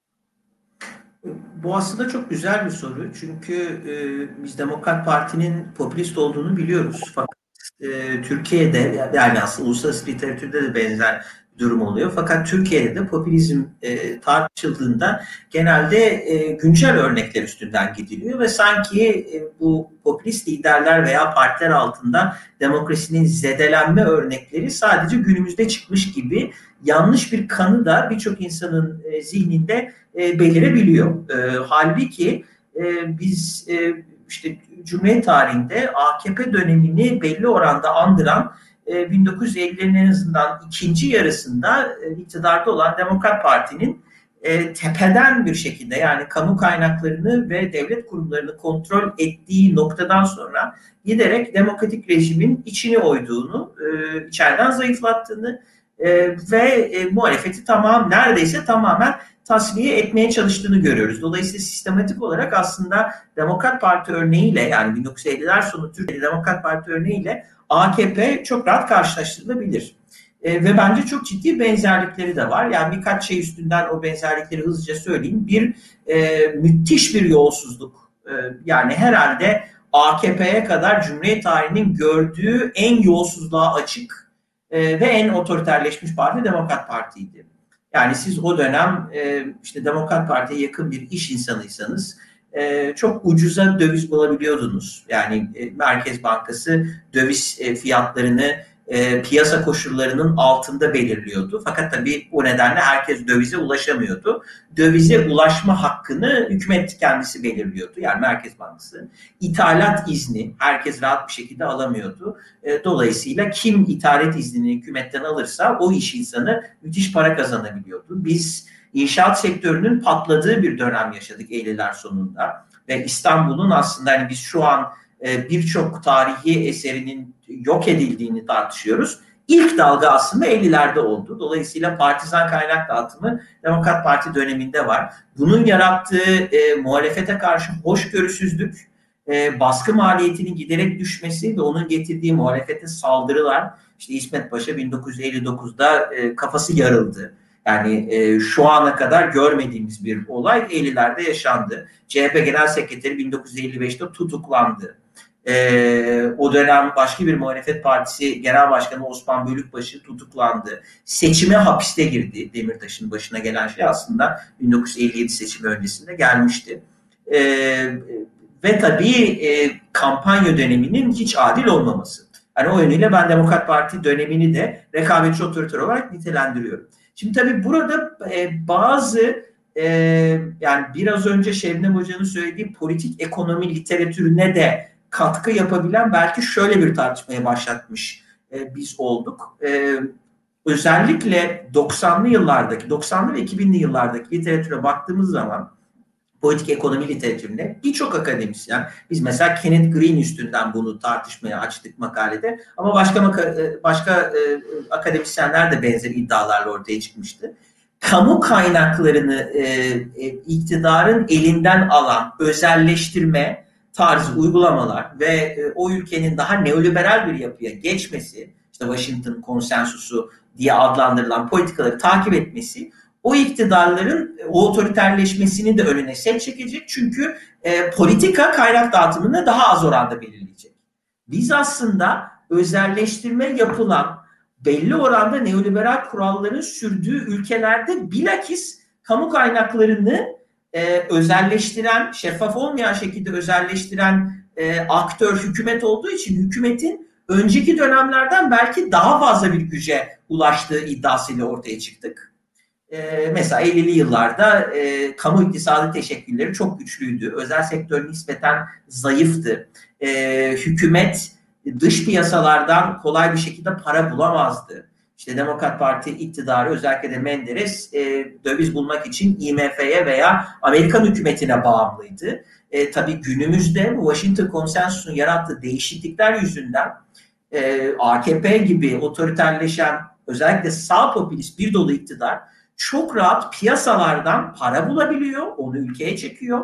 Bu aslında çok güzel bir soru. Çünkü e, biz Demokrat Parti'nin popülist olduğunu biliyoruz. Fakat e, Türkiye'de yani aslında uluslararası literatürde de benzer durum oluyor. Fakat Türkiye'de de popülizm e, tartışıldığında genelde e, güncel örnekler üstünden gidiliyor ve sanki e, bu popülist liderler veya partiler altında demokrasinin zedelenme örnekleri sadece günümüzde çıkmış gibi yanlış bir kanı da birçok insanın e, zihninde e, belirebiliyor. E, halbuki e, biz e, işte Cumhuriyet tarihinde A K P dönemini belli oranda andıran bin dokuz yüz ellilerin en azından ikinci yarısında iktidarda olan Demokrat Parti'nin e, tepeden bir şekilde yani kamu kaynaklarını ve devlet kurumlarını kontrol ettiği noktadan sonra giderek demokratik rejimin içine oyduğunu, e, içeriden zayıflattığını e, ve e, muhalefeti tamam neredeyse tamamen tasfiye etmeye çalıştığını görüyoruz. Dolayısıyla sistematik olarak aslında Demokrat Parti örneğiyle yani bin dokuz yüz elliler sonu Türkiye'de Demokrat Parti örneğiyle A K P çok rahat karşılaştırılabilir. E, ve bence çok ciddi benzerlikleri de var. Yani birkaç şey üstünden o benzerlikleri hızlıca söyleyeyim. Bir, e, müthiş bir yolsuzluk. E, yani herhalde A K P'ye kadar Cumhuriyet tarihinin gördüğü en yolsuzluğa açık e, ve en otoriterleşmiş parti Demokrat Parti'ydi. Yani siz o dönem e, işte Demokrat Parti'ye yakın bir iş insanıysanız e, çok ucuza döviz bulabiliyordunuz. Yani e, Merkez Bankası döviz e, fiyatlarını e, piyasa koşullarının altında belirliyordu. Fakat tabii o nedenle herkes dövize ulaşamıyordu. Dövize ulaşma hakkını hükümet kendisi belirliyordu. Yani Merkez Bankası. İthalat izni herkes rahat bir şekilde alamıyordu. E, dolayısıyla kim ithalat iznini hükümetten alırsa o iş insanı müthiş para kazanabiliyordu. Biz inşaat sektörünün patladığı bir dönem yaşadık elliler sonunda. Ve İstanbul'un aslında hani biz şu an e, birçok tarihi eserinin yok edildiğini tartışıyoruz. İlk dalga aslında ellilerde oldu. Dolayısıyla partizan kaynak dağıtımı Demokrat Parti döneminde var. Bunun yarattığı e, muhalefete karşı hoşgörüsüzlük, e, baskı maliyetinin giderek düşmesi ve onun getirdiği muhalefete saldırılar. İşte İsmet Paşa bin dokuz yüz elli dokuzda e, kafası yarıldı. Yani e, şu ana kadar görmediğimiz bir olay ellilerde yaşandı. C H P Genel Sekreteri bin dokuz yüz elli beşte tutuklandı. E, o dönem başka bir muhalefet partisi Genel Başkanı Osman Bölükbaşı tutuklandı. Seçime hapiste girdi. Demirtaş'ın başına gelen şey aslında bin dokuz yüz elli yedi seçimi öncesinde gelmişti. E, ve tabii e, kampanya döneminin hiç adil olmaması. Yani o yönüyle ben Demokrat Parti dönemini de rekabetçi otoriter olarak nitelendiriyorum. Şimdi tabii burada e, bazı e, yani biraz önce Şebnem Hoca'nın söylediği politik ekonomi literatürüne de katkı yapabilen belki şöyle bir tartışmaya başlatmış e, biz olduk. E, özellikle doksanlı yıllardaki, doksanlı ve iki binli yıllardaki literatüre baktığımız zaman politik ekonomi literatüründe birçok akademisyen, biz mesela Kenneth Green üstünden bunu tartışmaya açtık makalede ama başka başka e, akademisyenler de benzer iddialarla ortaya çıkmıştı. Kamu kaynaklarını e, e, iktidarın elinden alan özelleştirme tarzı uygulamalar ve e, o ülkenin daha neoliberal bir yapıya geçmesi, işte Washington konsensusu diye adlandırılan politikaları takip etmesi, o iktidarların o otoriterleşmesini de önüne set çekecek. Çünkü e, politika kaynak dağıtımını daha az oranda belirleyecek. Biz aslında özelleştirme yapılan belli oranda neoliberal kuralların sürdüğü ülkelerde bilakis kamu kaynaklarını e, özelleştiren, şeffaf olmayan şekilde özelleştiren e, aktör hükümet olduğu için hükümetin önceki dönemlerden belki daha fazla bir güce ulaştığı iddiasıyla ortaya çıktık. Ee, mesela ellili yıllarda e, kamu iktisadi teşekkülleri çok güçlüydü. Özel sektör nispeten zayıftı. E, hükümet dış piyasalardan kolay bir şekilde para bulamazdı. İşte Demokrat Parti iktidarı özellikle de Menderes e, döviz bulmak için I M F'ye veya Amerikan hükümetine bağımlıydı. E, tabii günümüzde bu Washington Konsensusu'nun yarattığı değişiklikler yüzünden e, A K P gibi otoriterleşen özellikle sağ popülist bir dolu iktidar çok rahat piyasalardan para bulabiliyor, onu ülkeye çekiyor,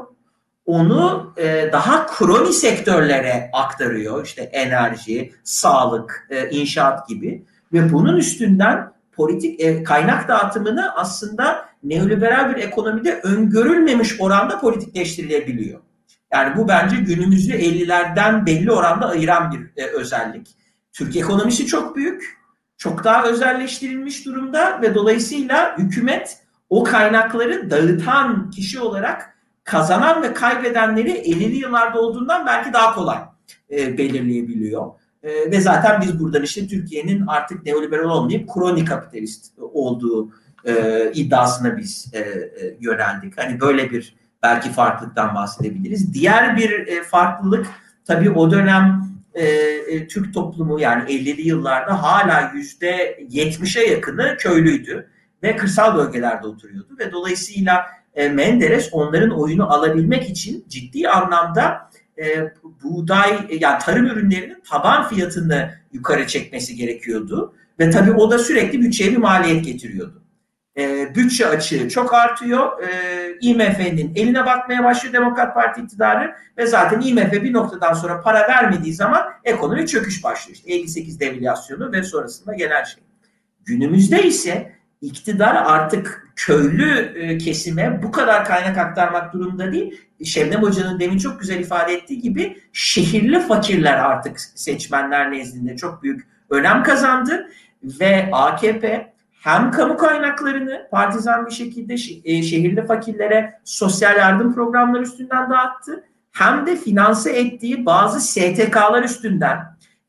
onu e, daha kroni sektörlere aktarıyor, işte enerji, sağlık, e, inşaat gibi ve bunun üstünden politik e, kaynak dağıtımını aslında neoliberal bir ekonomide öngörülmemiş oranda politikleştirilebiliyor. Yani bu bence günümüzü ellilerden belli oranda ayıran bir e, özellik. Türk ekonomisi çok büyük. Çok daha özelleştirilmiş durumda ve dolayısıyla hükümet o kaynakları dağıtan kişi olarak kazanan ve kaybedenleri ellili yıllarda olduğundan belki daha kolay e, belirleyebiliyor. E, ve zaten biz buradan işte Türkiye'nin artık neoliberal olmayıp kroni kapitalist olduğu e, iddiasına biz e, e, yöneldik. Hani böyle bir belki farklılıktan bahsedebiliriz. Diğer bir e, farklılık tabii o dönem E, e, Türk toplumu yani ellili yıllarda hala yüzde yetmişe yakını köylüydü ve kırsal bölgelerde oturuyordu ve dolayısıyla e, Menderes onların oyunu alabilmek için ciddi anlamda e, buğday yani tarım ürünlerinin taban fiyatını yukarı çekmesi gerekiyordu ve tabii o da sürekli bütçeye bir maliyet getiriyordu. E, bütçe açığı çok artıyor. E, I M F'nin eline bakmaya başlıyor Demokrat Parti iktidarı ve zaten I M F bir noktadan sonra para vermediği zaman ekonomi çöküş başlıyor. İşte elli sekiz devalüasyonu ve sonrasında gelen şey. Günümüzde ise iktidar artık köylü e, kesime bu kadar kaynak aktarmak durumunda değil. Şebnem Hoca'nın demin çok güzel ifade ettiği gibi şehirli fakirler artık seçmenler nezdinde çok büyük önem kazandı ve A K P hem kamu kaynaklarını partizan bir şekilde şehirli fakirlere sosyal yardım programları üstünden dağıttı, hem de finanse ettiği bazı S T K'lar üstünden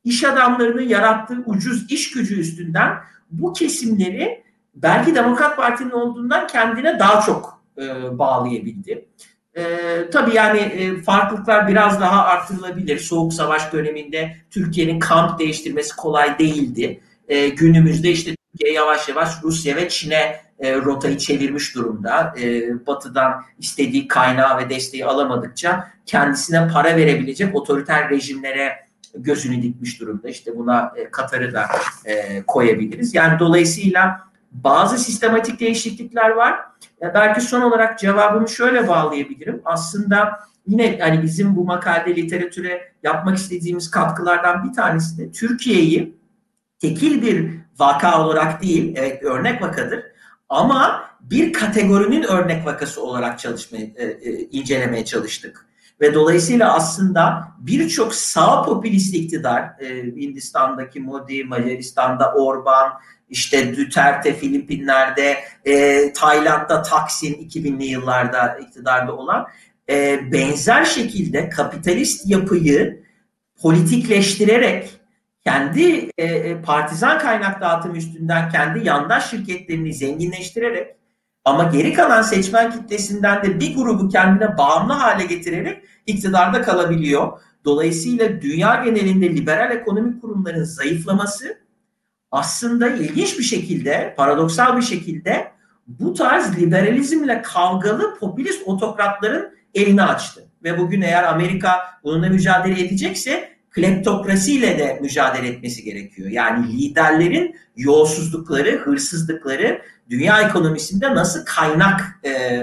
iş adamlarının yarattığı ucuz iş gücü üstünden bu kesimleri belki Demokrat Parti'nin olduğundan kendine daha çok e, bağlayabildi. E, tabii yani e, farklılıklar biraz daha artırılabilir. Soğuk Savaş döneminde Türkiye'nin kamp değiştirmesi kolay değildi. E, günümüzde işte Türkiye yavaş yavaş Rusya ve Çin'e e, rotayı çevirmiş durumda. E, Batı'dan istediği kaynağı ve desteği alamadıkça kendisine para verebilecek otoriter rejimlere gözünü dikmiş durumda. İşte buna e, Katar'ı da e, koyabiliriz. Yani dolayısıyla bazı sistematik değişiklikler var. E, belki son olarak cevabımı şöyle bağlayabilirim. Aslında yine hani bizim bu makalede literatüre yapmak istediğimiz katkılardan bir tanesi de Türkiye'yi tekil bir vaka olarak değil, evet örnek vakadır ama bir kategorinin örnek vakası olarak çalışmaya, e, e, incelemeye çalıştık. Ve dolayısıyla aslında birçok sağ popülist iktidar, e, Hindistan'daki Modi, Macaristan'da Orban, işte Duterte Filipinler'de, e, Tayland'da Taksin iki binli yıllarda iktidarda olan e, benzer şekilde kapitalist yapıyı politikleştirerek kendi e, partizan kaynak dağıtımı üstünden kendi yandaş şirketlerini zenginleştirerek ama geri kalan seçmen kitlesinden de bir grubu kendine bağımlı hale getirerek iktidarda kalabiliyor. Dolayısıyla dünya genelinde liberal ekonomik kurumların zayıflaması aslında ilginç bir şekilde, paradoksal bir şekilde bu tarz liberalizmle kavgalı popülist otokratların elini açtı. Ve bugün eğer Amerika bununla mücadele edecekse kleptokrasiyle de mücadele etmesi gerekiyor. Yani liderlerin yolsuzlukları, hırsızlıkları dünya ekonomisinde nasıl kaynak e, e,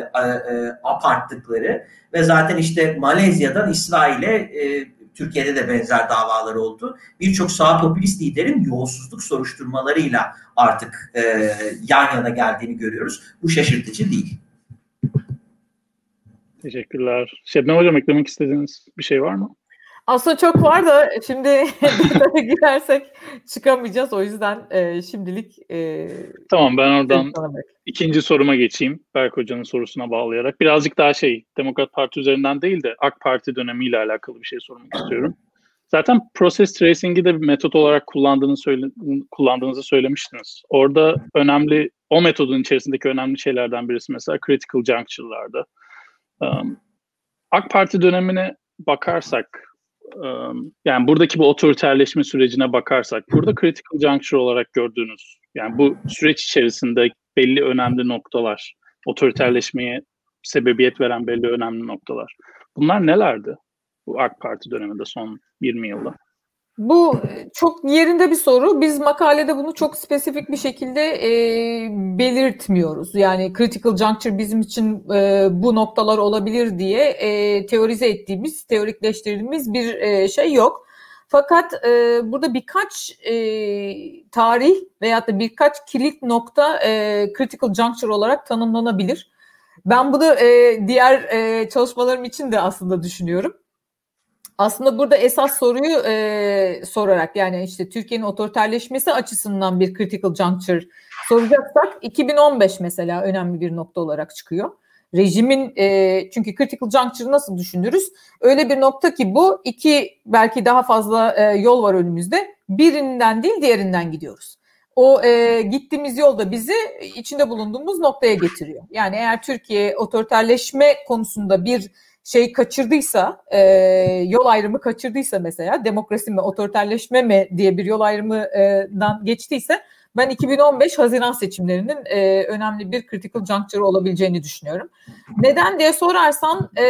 aparttıkları ve zaten işte Malezya'dan İsrail'e, e, Türkiye'de de benzer davalar oldu. Birçok sağ popülist liderin yolsuzluk soruşturmalarıyla artık e, yan yana geldiğini görüyoruz. Bu şaşırtıcı değil. Teşekkürler. Şebnem Hocam, eklemek istediğiniz bir şey var mı? Aslında çok var da şimdi detaya girersek çıkamayacağız. O yüzden e, şimdilik... E, tamam, ben oradan ikinci soruma geçeyim. Berk Hoca'nın sorusuna bağlayarak. Birazcık daha şey, Demokrat Parti üzerinden değil de AK Parti dönemiyle alakalı bir şey sormak istiyorum. Zaten process tracing'i de bir metot olarak kullandığını söyle, kullandığınızı söylemiştiniz. Orada önemli, o metodun içerisindeki önemli şeylerden birisi mesela critical juncture'larda. Um, AK Parti dönemine bakarsak, yani buradaki bu otoriterleşme sürecine bakarsak, burada critical juncture olarak gördüğünüz, yani bu süreç içerisinde belli önemli noktalar, otoriterleşmeye sebebiyet veren belli önemli noktalar. Bunlar nelerdi bu AK Parti döneminde son yirmi yılda? Bu çok yerinde bir soru. Biz makalede bunu çok spesifik bir şekilde e, belirtmiyoruz. Yani critical juncture bizim için e, bu noktalar olabilir diye e, teorize ettiğimiz, teorikleştirdiğimiz bir e, şey yok. Fakat e, burada birkaç e, tarih veyahut da birkaç kilit nokta e, critical juncture olarak tanımlanabilir. Ben bunu e, diğer e, çalışmalarım için de aslında düşünüyorum. Aslında burada esas soruyu e, sorarak, yani işte Türkiye'nin otoriterleşmesi açısından bir critical juncture soracaksak iki bin on beş mesela önemli bir nokta olarak çıkıyor. Rejimin e, çünkü critical juncture nasıl düşünürüz? Öyle bir nokta ki bu iki belki daha fazla e, yol var önümüzde. Birinden değil diğerinden gidiyoruz. O e, gittiğimiz yolda bizi içinde bulunduğumuz noktaya getiriyor. Yani eğer Türkiye otoriterleşme konusunda bir şey kaçırdıysa, e, yol ayrımı kaçırdıysa mesela, demokrasi mi, otoriterleşme mi diye bir yol ayrımından geçtiyse, ben iki bin on beş Haziran seçimlerinin e, önemli bir critical juncture olabileceğini düşünüyorum. Neden diye sorarsan, e,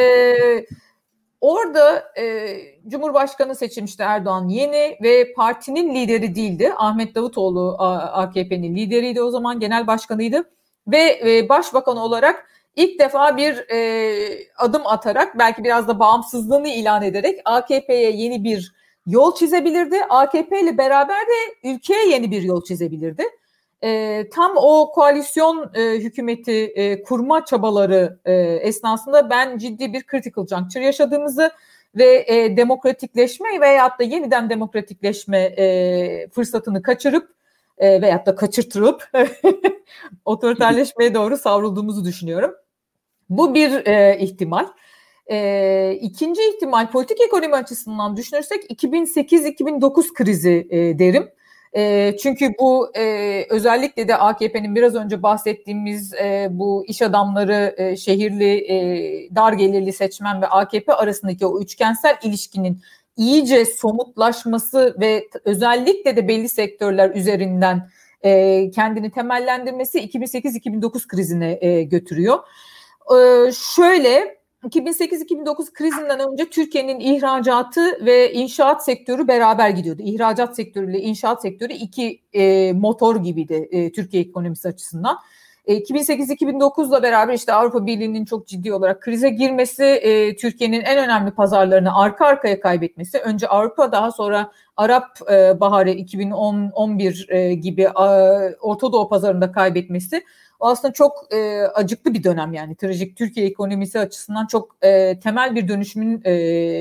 orada e, Cumhurbaşkanı seçilmişti Erdoğan yeni ve partinin lideri değildi. Ahmet Davutoğlu A K P'nin lideriydi o zaman, genel başkanıydı ve e, başbakan olarak İlk defa bir e, adım atarak, belki biraz da bağımsızlığını ilan ederek A K P'ye yeni bir yol çizebilirdi. A K P ile beraber de ülkeye yeni bir yol çizebilirdi. E, tam o koalisyon e, hükümeti e, kurma çabaları e, esnasında ben ciddi bir critical juncture yaşadığımızı ve e, demokratikleşme veyahut da yeniden demokratikleşme e, fırsatını kaçırıp e, veyahut da kaçırtırıp otoriterleşmeye doğru savrulduğumuzu düşünüyorum. Bu bir e, ihtimal. E, ikinci ihtimal politik ekonomi açısından düşünürsek iki bin sekiz iki bin dokuz krizi e, derim. E, çünkü bu e, özellikle de A K P'nin biraz önce bahsettiğimiz e, bu iş adamları, e, şehirli, e, dar gelirli seçmen ve A K P arasındaki o üçgensel ilişkinin iyice somutlaşması ve özellikle de belli sektörler üzerinden e, kendini temellendirmesi iki bin sekiz iki bin dokuz krizine e, götürüyor. E, şöyle iki bin sekiz iki bin dokuz krizinden önce Türkiye'nin ihracatı ve inşaat sektörü beraber gidiyordu. İhracat sektörüyle inşaat sektörü iki e, motor gibiydi e, Türkiye ekonomisi açısından. E, iki bin sekiz iki bin dokuzla beraber işte Avrupa Birliği'nin çok ciddi olarak krize girmesi, e, Türkiye'nin en önemli pazarlarını arka arkaya kaybetmesi, önce Avrupa daha sonra Arap e, Baharı iki bin on on bir e, gibi e, Orta Doğu pazarında kaybetmesi, o aslında çok e, acıklı bir dönem, yani trajik, Türkiye ekonomisi açısından çok e, temel bir dönüşümün e,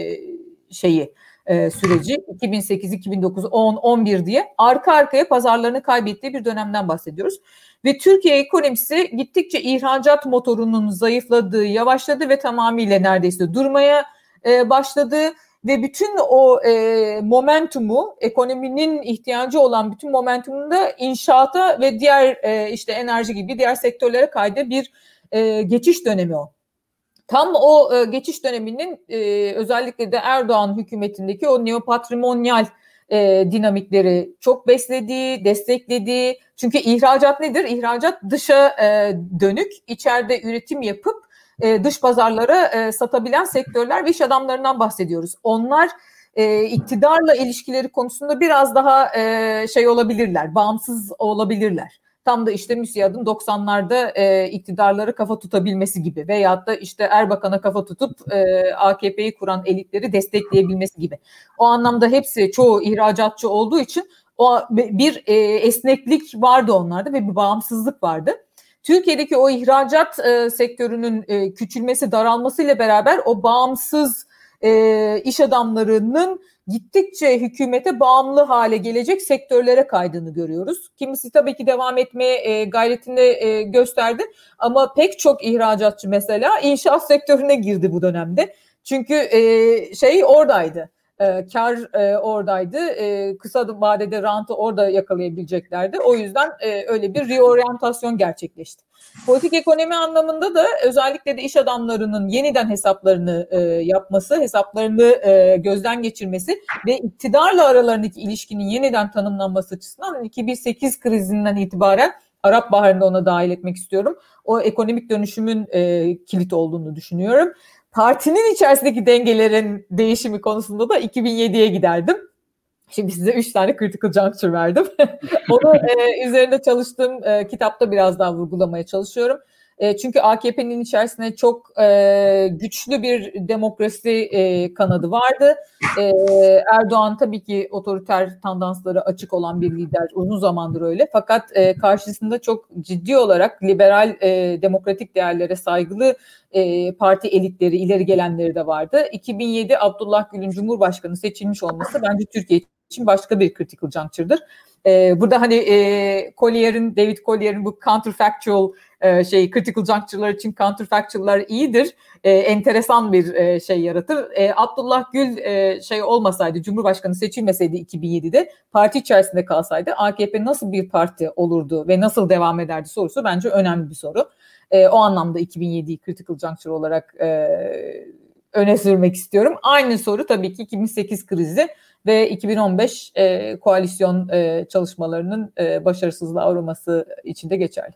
şeyi e, süreci iki bin sekiz iki bin dokuz on on bir diye arka arkaya pazarlarını kaybettiği bir dönemden bahsediyoruz. Ve Türkiye ekonomisi gittikçe ihracat motorunun zayıfladığı, yavaşladı ve tamamıyla neredeyse durmaya e, başladı. Ve bütün o e, momentumu, ekonominin ihtiyacı olan bütün momentumunu da inşaata ve diğer e, işte enerji gibi diğer sektörlere kaydı bir e, geçiş dönemi o. Tam o e, geçiş döneminin e, özellikle de Erdoğan hükümetindeki o neopatrimonyal e, dinamikleri çok beslediği, desteklediği. Çünkü ihracat nedir? İhracat dışa e, dönük, içeride üretim yapıp e, dış pazarlara e, satabilen sektörler ve iş adamlarından bahsediyoruz. Onlar e, iktidarla ilişkileri konusunda biraz daha e, şey olabilirler, bağımsız olabilirler. Tam da işte MÜSİAD'ın doksanlarda e, iktidarları kafa tutabilmesi gibi veyahut da işte Erbakan'a kafa tutup e, A K P'yi kuran elitleri destekleyebilmesi gibi. O anlamda hepsi, çoğu ihracatçı olduğu için o bir e, esneklik vardı onlarda ve bir bağımsızlık vardı. Türkiye'deki o ihracat e, sektörünün e, küçülmesi, daralmasıyla beraber o bağımsız e, iş adamlarının gittikçe hükümete bağımlı hale gelecek sektörlere kaydığını görüyoruz. Kimisi tabii ki devam etmeye e, gayretini e, gösterdi ama pek çok ihracatçı mesela inşaat sektörüne girdi bu dönemde. Çünkü e, şey oradaydı, e, kar e, oradaydı, e, kısa vadede rantı orada yakalayabileceklerdi. O yüzden e, öyle bir reoryantasyon gerçekleşti. Politik ekonomi anlamında da özellikle de iş adamlarının yeniden hesaplarını e, yapması, hesaplarını e, gözden geçirmesi ve iktidarla aralarındaki ilişkinin yeniden tanımlanması açısından iki bin sekiz krizinden itibaren Arap Baharı'nda ona dahil etmek istiyorum. O ekonomik dönüşümün e, kilit olduğunu düşünüyorum. Partinin içerisindeki dengelerin değişimi konusunda da iki bin yediye giderdim. Şimdi size üç tane critical juncture verdim. Onu e, üzerinde çalıştığım e, kitapta biraz daha vurgulamaya çalışıyorum. E, çünkü A K P'nin içerisinde çok e, güçlü bir demokrasi e, kanadı vardı. E, Erdoğan tabii ki otoriter tendansları açık olan bir lider, uzun zamandır öyle. Fakat e, karşısında çok ciddi olarak liberal, e, demokratik değerlere saygılı e, parti elitleri, ileri gelenleri de vardı. iki bin yedi Abdullah Gül'ün Cumhurbaşkanı seçilmiş olması bence Türkiye için başka bir critical juncture'dır. Ee, burada hani e, Collier'in, David Collier'in bu counterfactual e, şey, critical juncture'lar için counterfactual'lar iyidir. E, enteresan bir e, şey yaratır. E, Abdullah Gül e, şey olmasaydı, Cumhurbaşkanı seçilmeseydi iki bin yedide, parti içerisinde kalsaydı A K P nasıl bir parti olurdu ve nasıl devam ederdi sorusu bence önemli bir soru. E, o anlamda iki bin yediyi critical juncture olarak e, öne sürmek istiyorum. Aynı soru tabii ki iki bin sekiz krizi ve iki bin on beş e, koalisyon e, çalışmalarının e, başarısızlığa uğraması için de geçerli.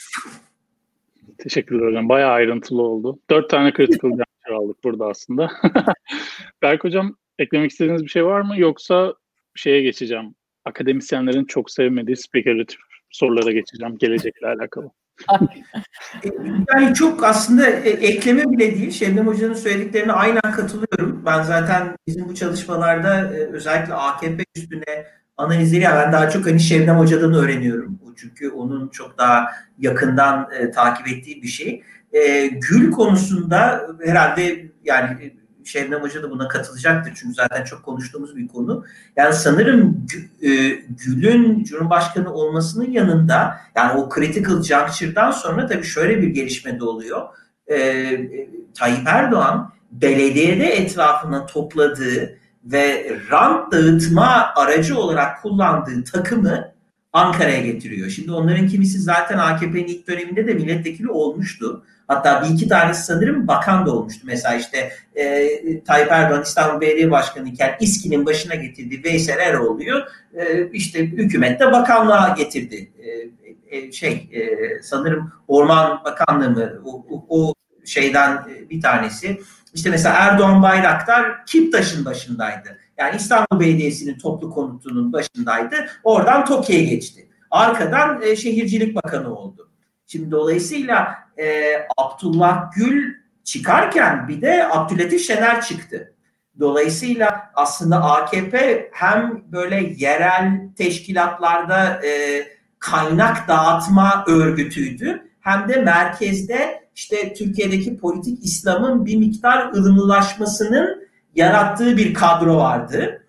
Teşekkürler hocam. Bayağı ayrıntılı oldu. Dört tane critical juncture aldık burada aslında. Berk hocam, eklemek istediğiniz bir şey var mı? Yoksa şeye geçeceğim. Akademisyenlerin çok sevmediği spekülatif sorulara geçeceğim. Gelecekle alakalı. Yani çok aslında ekleme bile değil. Şebnem Hoca'nın söylediklerine aynen katılıyorum. Ben zaten bizim bu çalışmalarda özellikle A K P üstüne analizleri, yani ben daha çok hani Şebnem Hoca'dan öğreniyorum. Çünkü onun çok daha yakından e, takip ettiği bir şey. E, Gül konusunda herhalde yani Şebnem Hoca da buna katılacaktır. Çünkü zaten çok konuştuğumuz bir konu. Yani sanırım e, Gül'ün Cumhurbaşkanı olmasının yanında, yani o critical juncture'dan sonra tabii şöyle bir gelişme de oluyor. E, Tayyip Erdoğan belediyede etrafına topladığı ve rant dağıtma aracı olarak kullandığı takımı Ankara'ya getiriyor. Şimdi onların kimisi zaten A K P'nin ilk döneminde de milletvekili olmuştu. Hatta bir iki tanesi sanırım bakan da olmuştu. Mesela işte e, Tayyip Erdoğan İstanbul Belediye Başkanı iken İSKİ'nin başına getirdiği Veysel Eroğlu'yu e, işte hükümette bakanlığa getirdi. E, e, şey e, sanırım Orman Bakanlığı mı o, o, o şeyden bir tanesi. İşte mesela Erdoğan Bayraktar Kiptaş'ın başındaydı. Yani İstanbul Belediyesi'nin toplu konutunun başındaydı. Oradan TOKİ'ye geçti. Arkadan e, Şehircilik Bakanı oldu. Şimdi dolayısıyla e, Abdullah Gül çıkarken bir de Abdülatif Şener çıktı. Dolayısıyla aslında A K P hem böyle yerel teşkilatlarda e, kaynak dağıtma örgütüydü, hem de merkezde işte Türkiye'deki politik İslam'ın bir miktar ılımlılaşmasının yarattığı bir kadro vardı.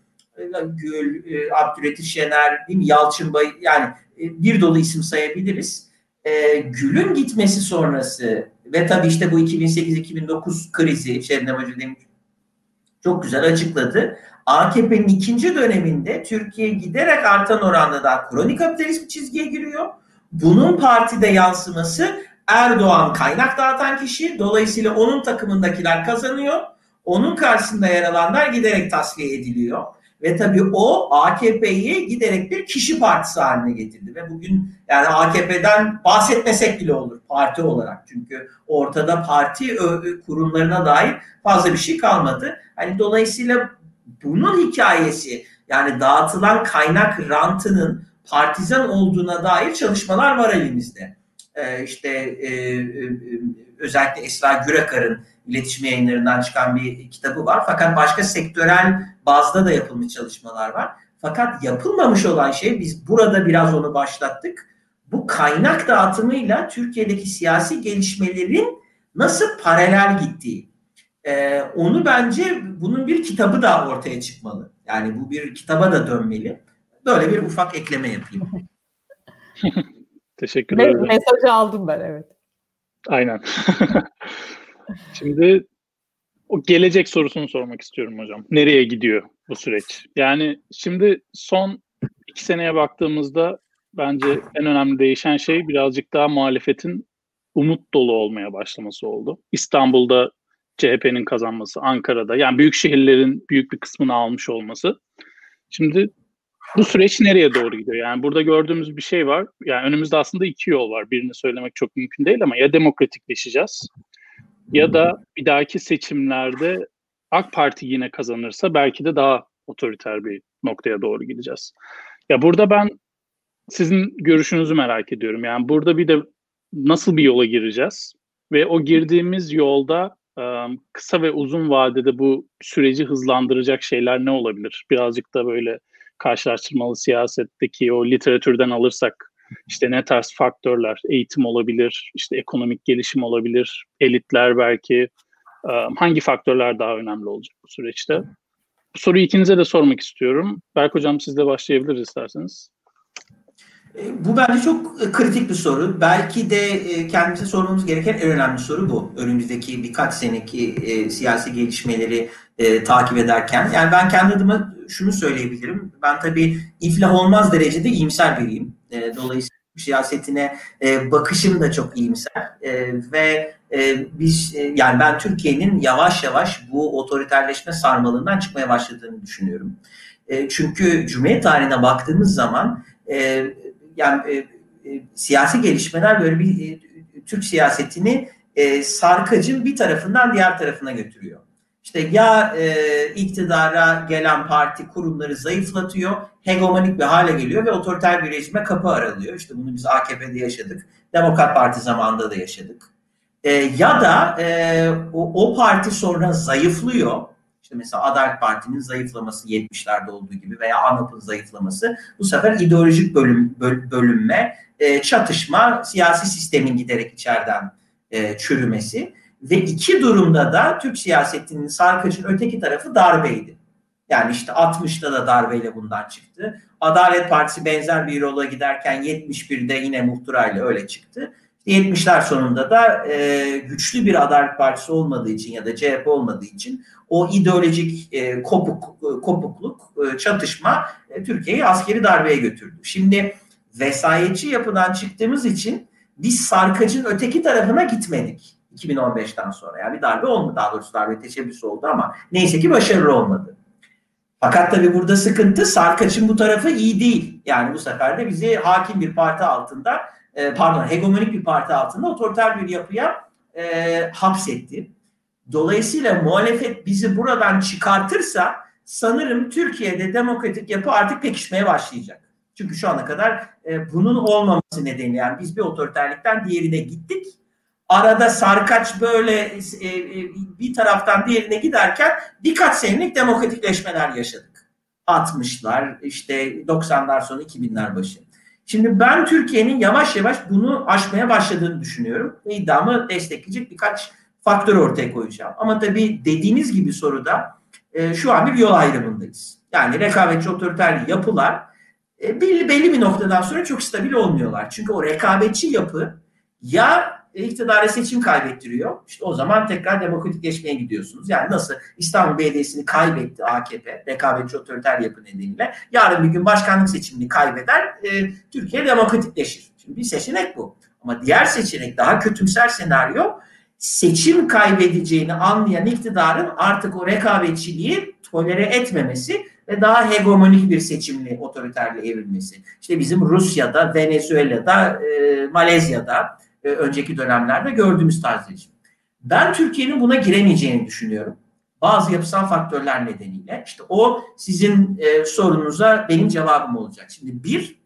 Gül, Abdülatif Şener, değil mi? Yalçın Bay, yani bir dolu isim sayabiliriz. Gül'ün gitmesi sonrası ve tabii işte bu iki bin sekiz iki bin dokuz krizi Şebnem Hoca demiş, çok güzel açıkladı. A K P'nin ikinci döneminde Türkiye giderek artan oranda daha kronik kapitalist çizgiye giriyor. Bunun partide yansıması Erdoğan kaynak dağıtan kişi. Dolayısıyla onun takımındakiler kazanıyor. Onun karşısında yer alanlar giderek tasfiye ediliyor. Ve tabii o A K P'yi giderek bir kişi partisi haline getirdi. Ve bugün yani A K P'den bahsetmesek bile olur parti olarak. Çünkü ortada parti kurumlarına dair fazla bir şey kalmadı. Hani dolayısıyla bunun hikayesi, yani dağıtılan kaynak rantının partizan olduğuna dair çalışmalar var elimizde. Ee, işte e, e, özellikle Esra Gürakar'ın iletişim yayınlarından çıkan bir kitabı var. Fakat başka sektörel bazda da yapılmış çalışmalar var. Fakat yapılmamış olan şey, biz burada biraz onu başlattık. Bu kaynak dağıtımıyla Türkiye'deki siyasi gelişmelerin nasıl paralel gittiği. Ee, onu bence bunun bir kitabı da ortaya çıkmalı. Yani bu bir kitaba da dönmeli. Böyle bir ufak ekleme yapayım. Teşekkür ederim. Mesajı aldım ben, evet. Aynen. Şimdi o gelecek sorusunu sormak istiyorum hocam. Nereye gidiyor bu süreç? Yani şimdi son iki seneye baktığımızda bence en önemli değişen şey birazcık daha muhalefetin umut dolu olmaya başlaması oldu. İstanbul'da C H P'nin kazanması, Ankara'da, yani büyük şehirlerin büyük bir kısmını almış olması. Şimdi bu süreç nereye doğru gidiyor? Yani burada gördüğümüz bir şey var. Yani önümüzde aslında iki yol var. Birini söylemek çok mümkün değil ama ya demokratikleşeceğiz ya da bir dahaki seçimlerde AK Parti yine kazanırsa belki de daha otoriter bir noktaya doğru gideceğiz. Ya burada ben sizin görüşünüzü merak ediyorum. Yani burada bir de nasıl bir yola gireceğiz? Ve o girdiğimiz yolda kısa ve uzun vadede bu süreci hızlandıracak şeyler ne olabilir? Birazcık da böyle karşılaştırmalı siyasetteki o literatürden alırsak işte ne tarz faktörler, eğitim olabilir, işte ekonomik gelişim olabilir, elitler belki, hangi faktörler daha önemli olacak bu süreçte? Bu soruyu ikinize de sormak istiyorum. Berk Hocam, sizle başlayabiliriz isterseniz. Bu bence çok kritik bir soru. Belki de kendimize sormamız gereken en önemli soru bu. Önümüzdeki birkaç seneki e, siyasi gelişmeleri e, takip ederken. Yani ben kendi adıma şunu söyleyebilirim. Ben tabii iflah olmaz derecede iyimser biriyim. E, dolayısıyla siyasetine e, bakışım da çok iyimser. E, ve e, biz e, yani ben Türkiye'nin yavaş yavaş bu otoriterleşme sarmalından çıkmaya başladığını düşünüyorum. E, çünkü Cumhuriyet tarihine baktığımız zaman e, yani e, e, siyasi gelişmeler böyle bir e, Türk siyasetini e, sarkacın bir tarafından diğer tarafına götürüyor. İşte ya e, iktidara gelen parti kurumları zayıflatıyor, hegemonik bir hale geliyor ve otoriter bir rejime kapı aralıyor. İşte bunu biz A K P'de yaşadık, Demokrat Parti zamanında da yaşadık. E, ya da e, o, o parti sonra zayıflıyor. İşte mesela Adalet Parti'nin zayıflaması yetmişlerde olduğu gibi veya ANAP'ın zayıflaması, bu sefer ideolojik bölüm, böl, bölünme, e, çatışma, siyasi sistemin giderek içeriden e, çürümesi ve iki durumda da Türk siyasetinin sarkacın öteki tarafı darbeydi. Yani işte altmışta da darbeyle bundan çıktı. Adalet Partisi benzer bir yola giderken yetmiş birde yine muhtırayla öyle çıktı. yetmişler sonunda da e, güçlü bir Adalet Partisi olmadığı için ya da C H P olmadığı için o ideolojik e, kopuk, e, kopukluk, e, çatışma e, Türkiye'yi askeri darbeye götürdü. Şimdi vesayetçi yapıdan çıktığımız için biz sarkacın öteki tarafına gitmedik iki bin on beşten sonra. Yani bir darbe olmadı, daha doğrusu darbe teşebbüsü oldu ama neyse ki başarılı olmadı. Fakat tabii burada sıkıntı, sarkaçın bu tarafı iyi değil. Yani bu sefer de bizi hakim bir parti altında, e, pardon hegemonik bir parti altında otoriter bir yapıya e, hapsetti. Dolayısıyla muhalefet bizi buradan çıkartırsa sanırım Türkiye'de demokratik yapı artık pekişmeye başlayacak. Çünkü şu ana kadar e, bunun olmaması nedeniyle yani biz bir otoriterlikten diğerine gittik. Arada sarkaç böyle e, e, bir taraftan diğerine giderken birkaç senelik demokratikleşmeler yaşadık. altmışlar, işte doksanlar sonu iki binler başı. Şimdi ben Türkiye'nin yavaş yavaş bunu aşmaya başladığını düşünüyorum. Ve iddiamı destekleyecek birkaç faktör ortaya koyacağım. Ama tabii dediğiniz gibi soruda e, şu an bir yol ayrımındayız. Yani rekabetçi otoriter yapılar e, belli, belli bir noktadan sonra çok stabil olmuyorlar. Çünkü o rekabetçi yapı ya iktidara seçim kaybettiriyor. İşte o zaman tekrar demokratikleşmeye gidiyorsunuz. Yani nasıl İstanbul Belediyesi'ni kaybetti A K P, rekabetçi otoriter yapı nedeniyle. Yarın bir gün başkanlık seçimini kaybeder, e, Türkiye demokratikleşir. Şimdi bir seçenek bu. Ama diğer seçenek, daha kötümser senaryo, seçim kaybedeceğini anlayan iktidarın artık o rekabetçiliği tolere etmemesi ve daha hegemonik bir seçimli otoriterliğe evrilmesi. İşte bizim Rusya'da, Venezuela'da, e, Malezya'da e, önceki dönemlerde gördüğümüz tarz rejim. Ben Türkiye'nin buna giremeyeceğini düşünüyorum. Bazı yapısal faktörler nedeniyle. İşte o sizin e, sorunuza benim cevabım olacak. Şimdi bir,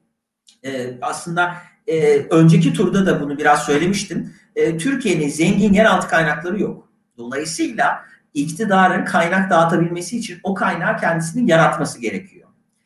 e, aslında e, önceki turda da bunu biraz söylemiştim. E, Türkiye'nin zengin yeraltı kaynakları yok. Dolayısıyla iktidarın kaynak dağıtabilmesi için o kaynağı kendisinin yaratması gerekiyor.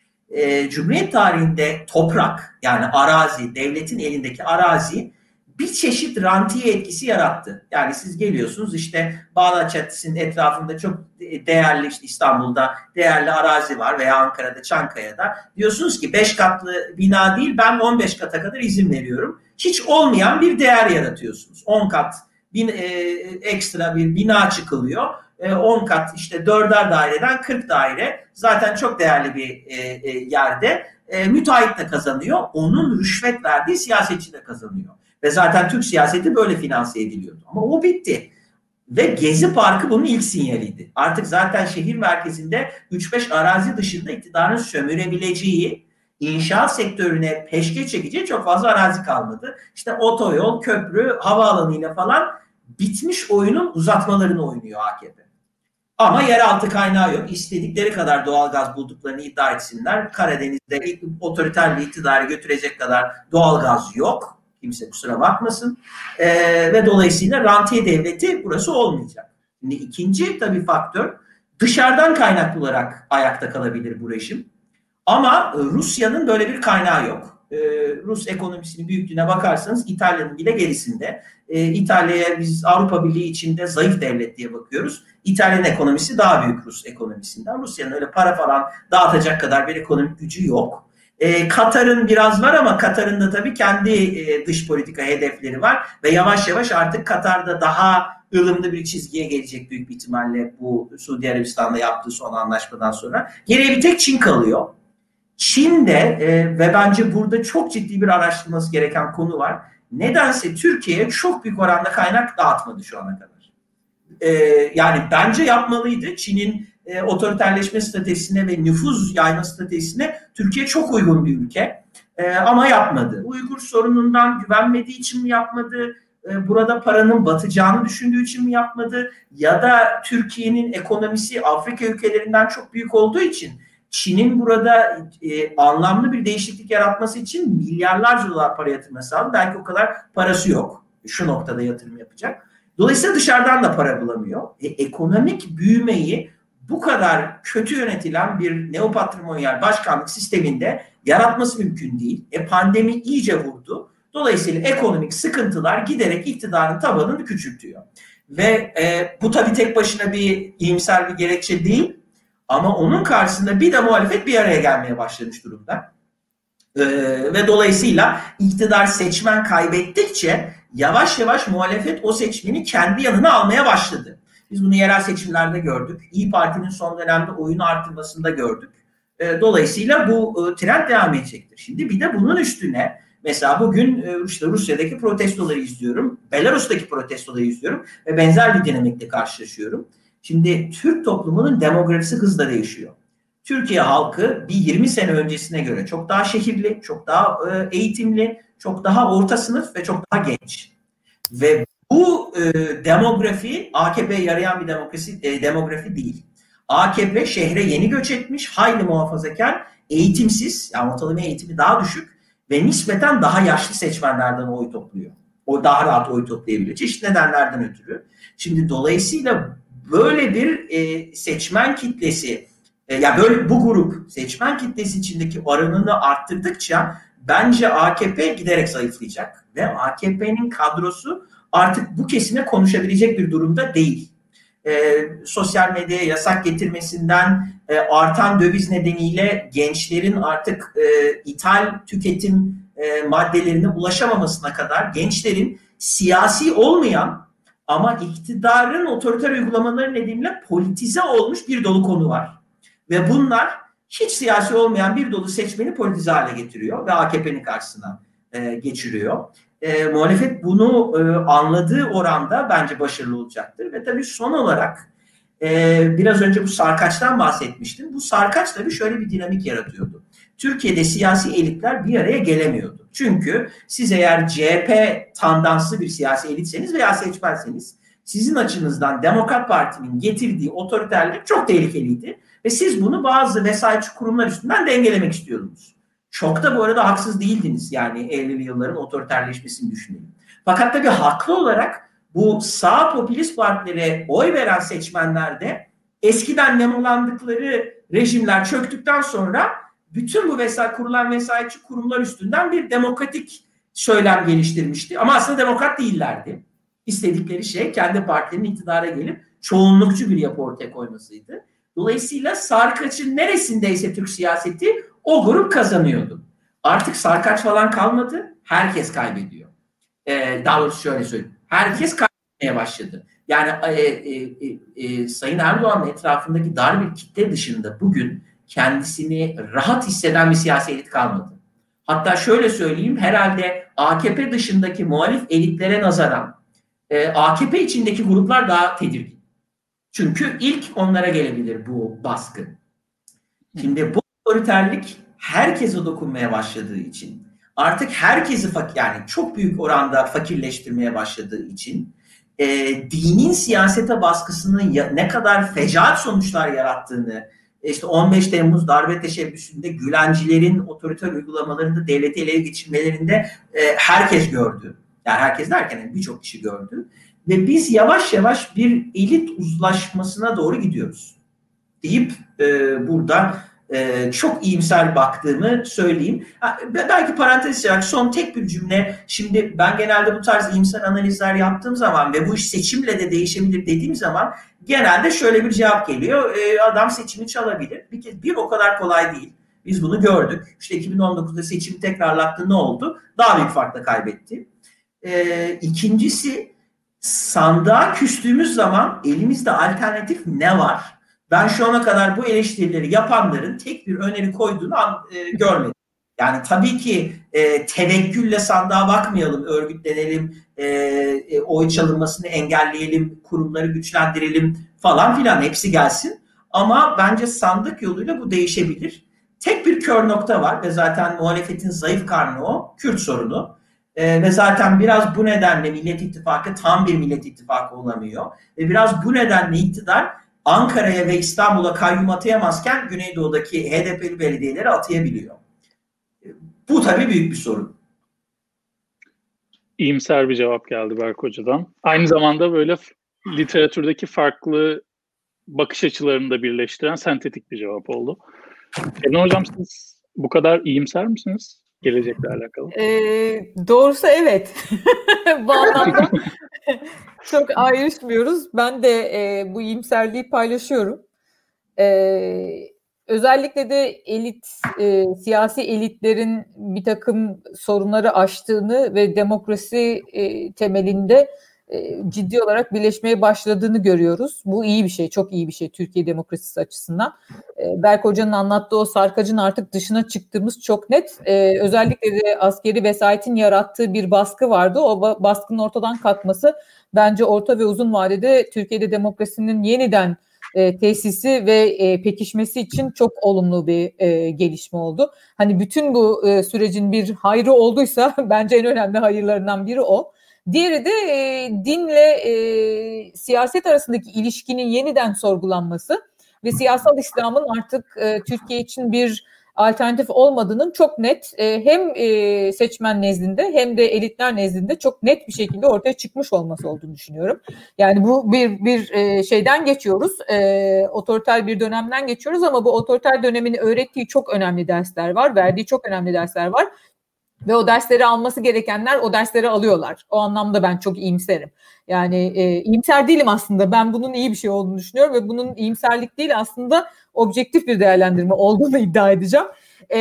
E, Cumhuriyet tarihinde toprak, yani arazi, devletin elindeki arazi bir çeşit rantiye etkisi yarattı. Yani siz geliyorsunuz, işte Bağdat Caddesi'nin etrafında çok değerli, işte İstanbul'da değerli arazi var veya Ankara'da, Çankaya'da. Diyorsunuz ki beş katlı bina değil, ben on beş kata kadar izin veriyorum. Hiç olmayan bir değer yaratıyorsunuz. on kat bin, e, ekstra bir bina çıkılıyor. E, on kat, işte dörder daireden kırk daire. Zaten çok değerli bir e, e, yerde. E, müteahhit de kazanıyor. Onun rüşvet verdiği siyasetçi de kazanıyor. Ve zaten Türk siyaseti böyle finanse ediliyordu. Ama o bitti. Ve Gezi Parkı bunun ilk sinyaliydi. Artık zaten şehir merkezinde üç beş arazi dışında iktidarın sömürebileceği, inşaat sektörüne peşkeş çekeceği çok fazla arazi kalmadı. İşte otoyol, köprü, havaalanıyla falan bitmiş oyunun uzatmalarını oynuyor A K P. Ama yeraltı kaynağı yok. İstedikleri kadar doğalgaz bulduklarını iddia etsinler. Karadeniz'de otoriter bir iktidarı götürecek kadar doğalgaz yok. Kimse kusura bakmasın. Ee, ve dolayısıyla rantiye devleti burası olmayacak. Şimdi ikinci tabii faktör, dışarıdan kaynaklı olarak ayakta kalabilir bu rejim. Ama Rusya'nın böyle bir kaynağı yok. Ee, Rus ekonomisinin büyüklüğüne bakarsanız İtalya'nın bile gerisinde. Ee, İtalya'ya biz Avrupa Birliği içinde zayıf devlet diye bakıyoruz. İtalya'nın ekonomisi daha büyük Rus ekonomisinden. Rusya'nın öyle para falan dağıtacak kadar bir ekonomik gücü yok. Ee, Katar'ın biraz var ama Katar'ın da tabii kendi e, dış politika hedefleri var ve yavaş yavaş artık Katar'da daha ılımlı bir çizgiye gelecek büyük bir ihtimalle bu Suudi Arabistan'da yaptığı son anlaşmadan sonra. Geriye bir tek Çin kalıyor. Çin'de e, ve bence burada çok ciddi bir araştırılması gereken konu var. Nedense Türkiye'ye çok büyük oranda kaynak dağıtmadı şu ana kadar. E, yani bence yapmalıydı. Çin'in e, otoriterleşme stratejisine ve nüfuz yayma stratejisine Türkiye çok uygun bir ülke. E, ama yapmadı. Uygur sorunundan güvenmediği için mi yapmadı? E, burada paranın batacağını düşündüğü için mi yapmadı? Ya da Türkiye'nin ekonomisi Afrika ülkelerinden çok büyük olduğu için Çin'in burada e, anlamlı bir değişiklik yaratması için milyarlarca dolar para yatırması lazım. Belki o kadar parası yok. Şu noktada yatırım yapacak. Dolayısıyla dışarıdan da para bulamıyor. E, ekonomik büyümeyi bu kadar kötü yönetilen bir neopatrimonyal başkanlık sisteminde yaratması mümkün değil. E, pandemi iyice vurdu. Dolayısıyla ekonomik sıkıntılar giderek iktidarın tabanını küçültüyor. Ve e, bu tabii tek başına bir iyimser bir gerekçe değil. Ama onun karşısında bir de muhalefet bir araya gelmeye başlamış durumda. Ee, ve dolayısıyla iktidar seçmen kaybettikçe yavaş yavaş muhalefet o seçmeni kendi yanına almaya başladı. Biz bunu yerel seçimlerde gördük. İYİ Parti'nin son dönemde oyunu arttırmasında gördük. Ee, dolayısıyla bu e, trend devam edecektir. Şimdi bir de bunun üstüne mesela bugün e, işte Rusya'daki protestoları izliyorum. Belarus'taki protestoları izliyorum ve benzer bir dinamikle karşılaşıyorum. Şimdi Türk toplumunun demografisi hızla değişiyor. Türkiye halkı bir yirmi sene öncesine göre çok daha şehirli, çok daha eğitimli, çok daha orta sınıf ve çok daha genç. Ve bu e, demografi A K P'ye yarayan bir demokrasi, e, demografi değil. A K P şehre yeni göç etmiş, hayli muhafazakar, eğitimsiz, yani ortalama eğitimi daha düşük ve nispeten daha yaşlı seçmenlerden oy topluyor. O daha rahat oy toplayabiliyor. Çeşitli nedenlerden ötürü. Şimdi dolayısıyla böyle bir e, seçmen kitlesi, e, yani böyle bu grup seçmen kitlesi içindeki oranını arttırdıkça bence A K P giderek zayıflayacak ve A K P'nin kadrosu artık bu kesime konuşabilecek bir durumda değil. E, sosyal medyaya yasak getirmesinden e, artan döviz nedeniyle gençlerin artık e, ithal tüketim e, maddelerine ulaşamamasına kadar gençlerin siyasi olmayan ama iktidarın otoriter uygulamaları nedeniyle politize olmuş bir dolu konu var. Ve bunlar hiç siyasi olmayan bir dolu seçmeni politize hale getiriyor ve A K P'nin karşısına e, geçiriyor. E, muhalefet bunu e, anladığı oranda bence başarılı olacaktır. Ve tabii son olarak e, biraz önce bu sarkaçtan bahsetmiştim. Bu sarkaç tabii şöyle bir dinamik yaratıyordu. Türkiye'de siyasi elitler bir araya gelemiyordu. Çünkü siz eğer C H P tandanslı bir siyasi elitseniz veya seçmenseniz sizin açınızdan Demokrat Parti'nin getirdiği otoriterlik çok tehlikeliydi. Ve siz bunu bazı vesayetçi kurumlar üstünden dengelemek istiyordunuz. Çok da bu arada haksız değildiniz. Yani ellili yılların otoriterleşmesini düşünelim. Fakat tabii haklı olarak bu sağ popülist partilere oy veren seçmenler de eskiden nemalandıkları rejimler çöktükten sonra bütün bu vesayet kurulan vesayetçi kurumlar üstünden bir demokratik söylem geliştirmişti. Ama aslında demokrat değillerdi. İstedikleri şey kendi partilerinin iktidara gelip çoğunlukçu bir yapı ortaya koymasıydı. Dolayısıyla sarkaçın neresindeyse Türk siyaseti o grup kazanıyordu. Artık sarkaç falan kalmadı. Herkes kaybediyor. Ee, daha doğrusu şöyle söyleyeyim. Herkes kaybetmeye başladı. Yani e, e, e, e, Sayın Erdoğan'ın etrafındaki dar bir kitle dışında bugün kendisini rahat hisseden bir siyasi elit kalmadı. Hatta şöyle söyleyeyim, herhalde A K P dışındaki muhalif elitlere nazaran e, A K P içindeki gruplar daha tedirgin. Çünkü ilk onlara gelebilir bu baskı. Şimdi bu otoriterlik herkese dokunmaya başladığı için, artık herkesi fakir, yani çok büyük oranda fakirleştirmeye başladığı için, e, dinin siyasete baskısının ya, ne kadar fecaat sonuçlar yarattığını, işte on beş Temmuz darbe teşebbüsünde Gülencilerin otoriter uygulamalarında devleti ele geçirmelerinde e, herkes gördü. Yani herkes derken yani birçok kişi gördü. Ve biz yavaş yavaş bir elit uzlaşmasına doğru gidiyoruz deyip e, burada e, çok iyimser baktığımı söyleyeyim. Ha, belki parantez içerek son tek bir cümle. Şimdi ben genelde bu tarz iyimser analizler yaptığım zaman ve bu iş seçimle de değişebilir dediğim zaman genelde şöyle bir cevap geliyor. E, adam seçimi çalabilir. Bir kez bir o kadar kolay değil. Biz bunu gördük. İşte iki bin on dokuzda seçimi tekrarlattı, ne oldu? Daha büyük farkla kaybetti. E, ikincisi, sandığa küstüğümüz zaman elimizde alternatif ne var? Ben şu ana kadar bu eleştirileri yapanların tek bir öneri koyduğunu e, görmedim. Yani tabii ki e, tevekkülle sandığa bakmayalım, örgütlenelim, e, e, oy çalınmasını engelleyelim, kurumları güçlendirelim falan filan, hepsi gelsin. Ama bence sandık yoluyla bu değişebilir. Tek bir kör nokta var ve zaten muhalefetin zayıf karnı o, Kürt sorunu. Ee, ve zaten biraz bu nedenle Millet İttifakı tam bir Millet İttifakı olamıyor. Ve biraz bu nedenle iktidar Ankara'ya ve İstanbul'a kayyum atayamazken Güneydoğu'daki H D P'li belediyeleri atayabiliyor. Bu tabii büyük bir sorun. İyimser bir cevap geldi Berk Hoca'dan. Aynı zamanda böyle literatürdeki farklı bakış açılarını da birleştiren sentetik bir cevap oldu. Şebnem Hocam, siz bu kadar iyimser misiniz gelecekle alakalı? Ee, doğrusu evet. Bu anlamda çok ayrışmıyoruz. Ben de e, bu iyimserliği paylaşıyorum. E, özellikle de elit, e, siyasi elitlerin bir takım sorunları aştığını ve demokrasi e, temelinde e, ciddi olarak birleşmeye başladığını görüyoruz. Bu iyi bir şey, çok iyi bir şey Türkiye demokrasisi açısından. E, Berk Hoca'nın anlattığı o sarkacın artık dışına çıktığımız çok net. E, özellikle de askeri vesayetin yarattığı bir baskı vardı. O ba- baskının ortadan kalkması bence orta ve uzun vadede Türkiye'de demokrasinin yeniden E, tesisi ve e, pekişmesi için çok olumlu bir e, gelişme oldu. Hani bütün bu e, sürecin bir hayrı olduysa bence en önemli hayırlarından biri o. Diğeri de e, dinle e, siyaset arasındaki ilişkinin yeniden sorgulanması ve siyasal İslam'ın artık e, Türkiye için bir alternatif olmadığının çok net e, hem e, seçmen nezdinde hem de elitler nezdinde çok net bir şekilde ortaya çıkmış olması olduğunu düşünüyorum. Yani bu bir bir e, şeyden geçiyoruz, e, otoriter bir dönemden geçiyoruz ama bu otoriter dönemin öğrettiği çok önemli dersler var, verdiği çok önemli dersler var. Ve o dersleri alması gerekenler o dersleri alıyorlar. O anlamda ben çok iyimserim. Yani e, iyimser değilim aslında. Ben bunun iyi bir şey olduğunu düşünüyorum ve bunun iyimserlik değil aslında objektif bir değerlendirme olduğunu iddia edeceğim. E,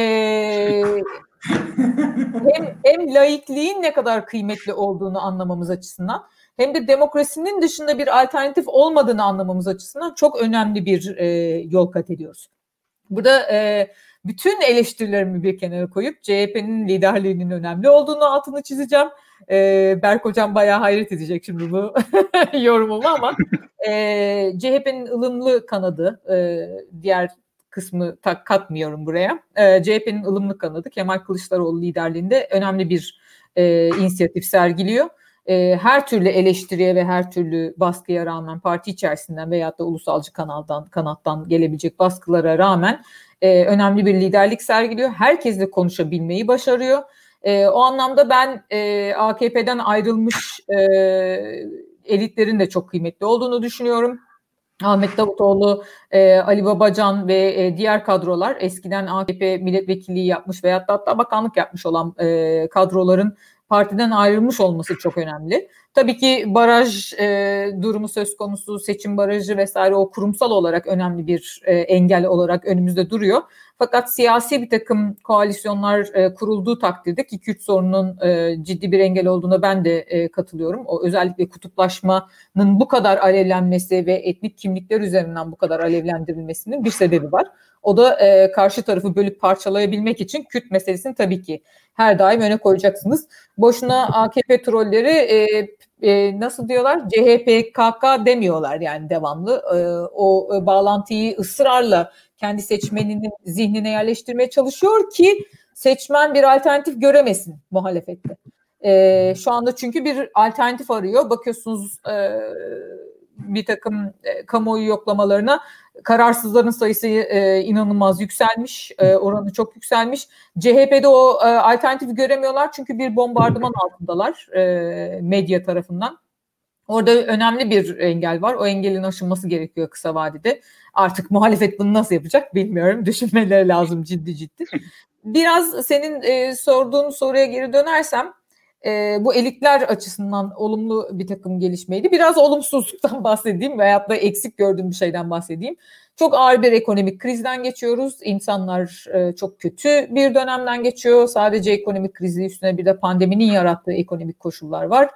hem, hem laikliğin ne kadar kıymetli olduğunu anlamamız açısından hem de demokrasinin dışında bir alternatif olmadığını anlamamız açısından çok önemli bir e, yol kat ediyoruz. Burada e, bütün eleştirilerimi bir kenara koyup C H P'nin liderliğinin önemli olduğunu altını çizeceğim. E, Berk Hocam bayağı hayret edecek şimdi bu yorumumu ama e, C H P'nin ılımlı kanadı, e, diğer kısmı tak, katmıyorum buraya. E, C H P'nin ılımlı kanadı Kemal Kılıçdaroğlu liderliğinde önemli bir e, inisiyatif sergiliyor. E, her türlü eleştiriye ve her türlü baskıya rağmen parti içerisinden veyahut da ulusalcı kanaldan, kanattan gelebilecek baskılara rağmen e, önemli bir liderlik sergiliyor. Herkesle konuşabilmeyi başarıyor. E, o anlamda ben e, A K P'den ayrılmış e, elitlerin de çok kıymetli olduğunu düşünüyorum. Ahmet Davutoğlu, e, Ali Babacan ve e, diğer kadrolar eskiden A K P milletvekilliği yapmış veyahut da hatta bakanlık yapmış olan e, kadroların partiden ayrılmış olması çok önemli. Tabii ki baraj e, durumu söz konusu, seçim barajı vesaire o kurumsal olarak önemli bir e, engel olarak önümüzde duruyor. Fakat siyasi bir takım koalisyonlar e, kurulduğu takdirde ki Kürt sorununun e, ciddi bir engel olduğuna ben de e, katılıyorum. O özellikle kutuplaşmanın bu kadar alevlenmesi ve etnik kimlikler üzerinden bu kadar alevlendirilmesinin bir sebebi var. O da e, karşı tarafı bölüp parçalayabilmek için Kürt meselesini tabii ki her daim öne koyacaksınız. Boşuna A K P trolleri e, e, nasıl diyorlar? C H P K K demiyorlar yani devamlı. E, o e, bağlantıyı ısrarla kendi seçmeninin zihnine yerleştirmeye çalışıyor ki seçmen bir alternatif göremesin muhalefette. E, şu anda çünkü bir alternatif arıyor. Bakıyorsunuz e, bir takım e, kamuoyu yoklamalarına kararsızların sayısı e, inanılmaz yükselmiş, e, oranı çok yükselmiş. C H P'de o e, alternatifi göremiyorlar çünkü bir bombardıman altındalar e, medya tarafından. Orada önemli bir engel var. O engelin aşılması gerekiyor kısa vadede. Artık muhalefet bunu nasıl yapacak bilmiyorum. Düşünmeleri lazım ciddi ciddi. Biraz senin e, sorduğun soruya geri dönersem, e, bu elitler açısından olumlu bir takım gelişmeydi. Biraz olumsuzluktan bahsedeyim veyahut da eksik gördüğüm bir şeyden bahsedeyim. Çok ağır bir ekonomik krizden geçiyoruz. İnsanlar e, çok kötü bir dönemden geçiyor. Sadece ekonomik krizi üstüne bir de pandeminin yarattığı ekonomik koşullar var.